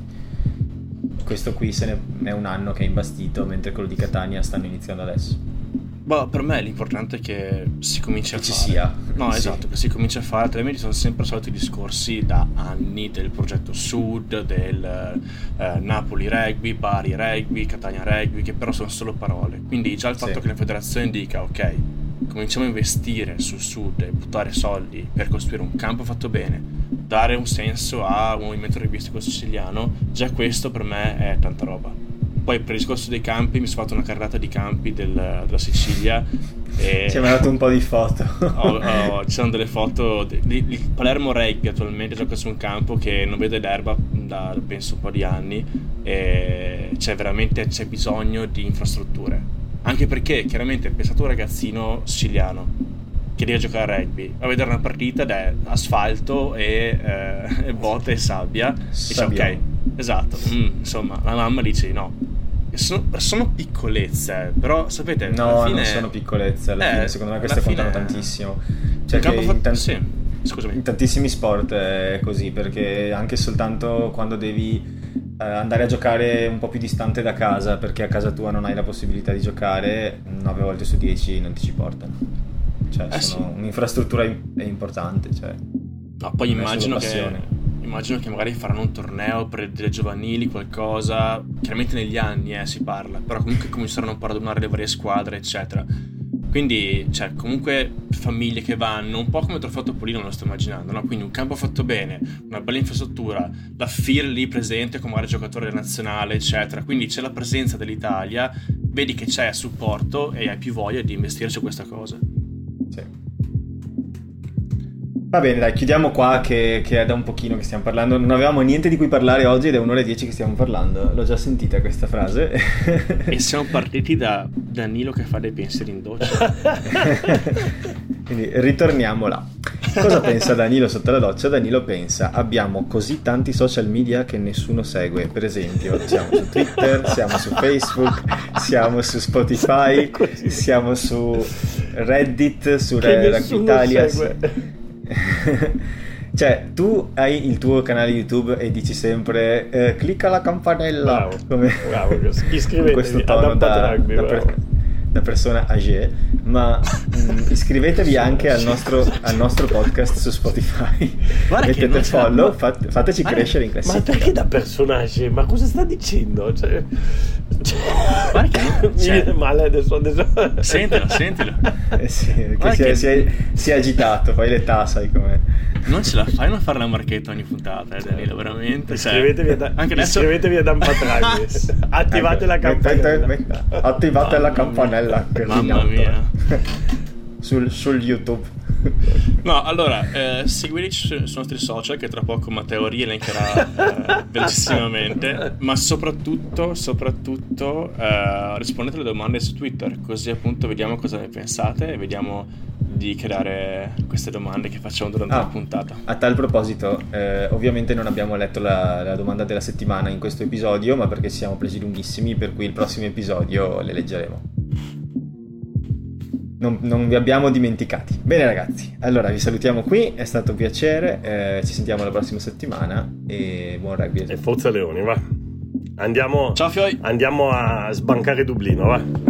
Questo qui se ne è un anno che è imbastito, mentre quello di Catania stanno iniziando adesso. Boh, per me l'importante è che si cominci a che fare. Ci sia. No, sì. Esatto, che si cominci a fare, altrimenti sono sempre soliti discorsi da anni del progetto Sud, del eh, Napoli Rugby, Bari Rugby, Catania Rugby, che però sono solo parole. Quindi già il fatto sì. che la federazione dica ok, cominciamo a investire sul Sud e buttare soldi per costruire un campo fatto bene, dare un senso a un movimento rugbistico siciliano, già questo per me è tanta roba. Poi per il discorso dei campi mi sono fatto una carrellata di campi del, della Sicilia e ci hai mandato un po' di foto. ho, ho, ci sono delle foto di, di, di Palermo Rugby attualmente gioca su un campo che non vede l'erba da penso un po' di anni, e c'è veramente c'è bisogno di infrastrutture, anche perché chiaramente pensato un ragazzino siciliano che deve giocare a rugby a vedere una partita ed è asfalto e, eh, e botte e sabbia, e dice ok, esatto, mm, insomma la mamma dice di no. Sono, sono piccolezze, però sapete, no, alla fine non sono piccolezze, alla eh, fine secondo me queste fine... contano tantissimo, cioè che fatto... in, tanti... sì. Scusami. in tantissimi sport è così, perché anche soltanto quando devi eh, andare a giocare un po' più distante da casa, perché a casa tua non hai la possibilità di giocare, nove volte su dieci non ti ci portano, cioè eh, sono sì. un'infrastruttura è importante, cioè no, poi immagino che immagino che magari faranno un torneo per delle giovanili, qualcosa, chiaramente negli anni eh, si parla, però comunque cominceranno un po' a radunare le varie squadre eccetera. Quindi, cioè, comunque famiglie che vanno, un po' come Trofeo Topolino lo sto immaginando, no? Quindi un campo fatto bene, una bella infrastruttura, la F I R lì presente come area giocatore della nazionale, eccetera. Quindi c'è la presenza dell'Italia, vedi che c'è supporto e hai più voglia di investire su questa cosa. Sì. Va bene, dai, chiudiamo qua che, che è da un pochino che stiamo parlando. Non avevamo niente di cui parlare oggi ed è un'ora e dieci che stiamo parlando. L'ho già sentita questa frase. E siamo partiti da Danilo che fa dei pensieri in doccia. Quindi ritorniamo là. Cosa pensa Danilo sotto la doccia? Danilo pensa: abbiamo così tanti social media che nessuno segue. Per esempio, siamo su Twitter, siamo su Facebook, siamo su Spotify, siamo su Reddit, su Rugby Italia. Segue. Cioè, tu hai il tuo canale YouTube e dici sempre eh, clicca la campanella. Bravo, come bravo, iscrivetevi questo tono da, rugby, da, per, da persona âgée. Ma mh, iscrivetevi anche al nostro, al nostro podcast su Spotify. Guarda, mettete follow, fat, fateci guarda, crescere in classifica. Ma perché da personaggio? Ma cosa sta dicendo? Cioè, cioè, guarda che cioè, male adesso, adesso. Sentilo, sentilo. Eh sì, perché si è, che... si, è, si è agitato, poi l'età, sai com'è. Non ce la fai a non fare la marchetta ogni puntata, eh, Danilo, veramente. Iscrivetevi, cioè, ad, anche adesso... iscrivetevi ad Ampatraghi. Attivate ecco, la campanella. Mettete, mettete, attivate mamma la campanella. Mia. Mamma mia. sul, sul YouTube. No, allora, eh, seguiteci sui nostri social che tra poco Matteo rielencherà eh, velocissimamente, ma soprattutto, soprattutto eh, rispondete alle domande su Twitter, così appunto vediamo cosa ne pensate e vediamo di creare queste domande che facciamo durante ah, la puntata. A tal proposito, eh, ovviamente non abbiamo letto la, la domanda della settimana in questo episodio, ma perché ci siamo presi lunghissimi, per cui il prossimo episodio le leggeremo. Non, non vi abbiamo dimenticati. Bene ragazzi, allora vi salutiamo qui, è stato un piacere, eh, ci sentiamo la prossima settimana e buon rugby. E forza Leoni, va. Andiamo, Ciao Fioi. Andiamo a sbancare Dublino, va.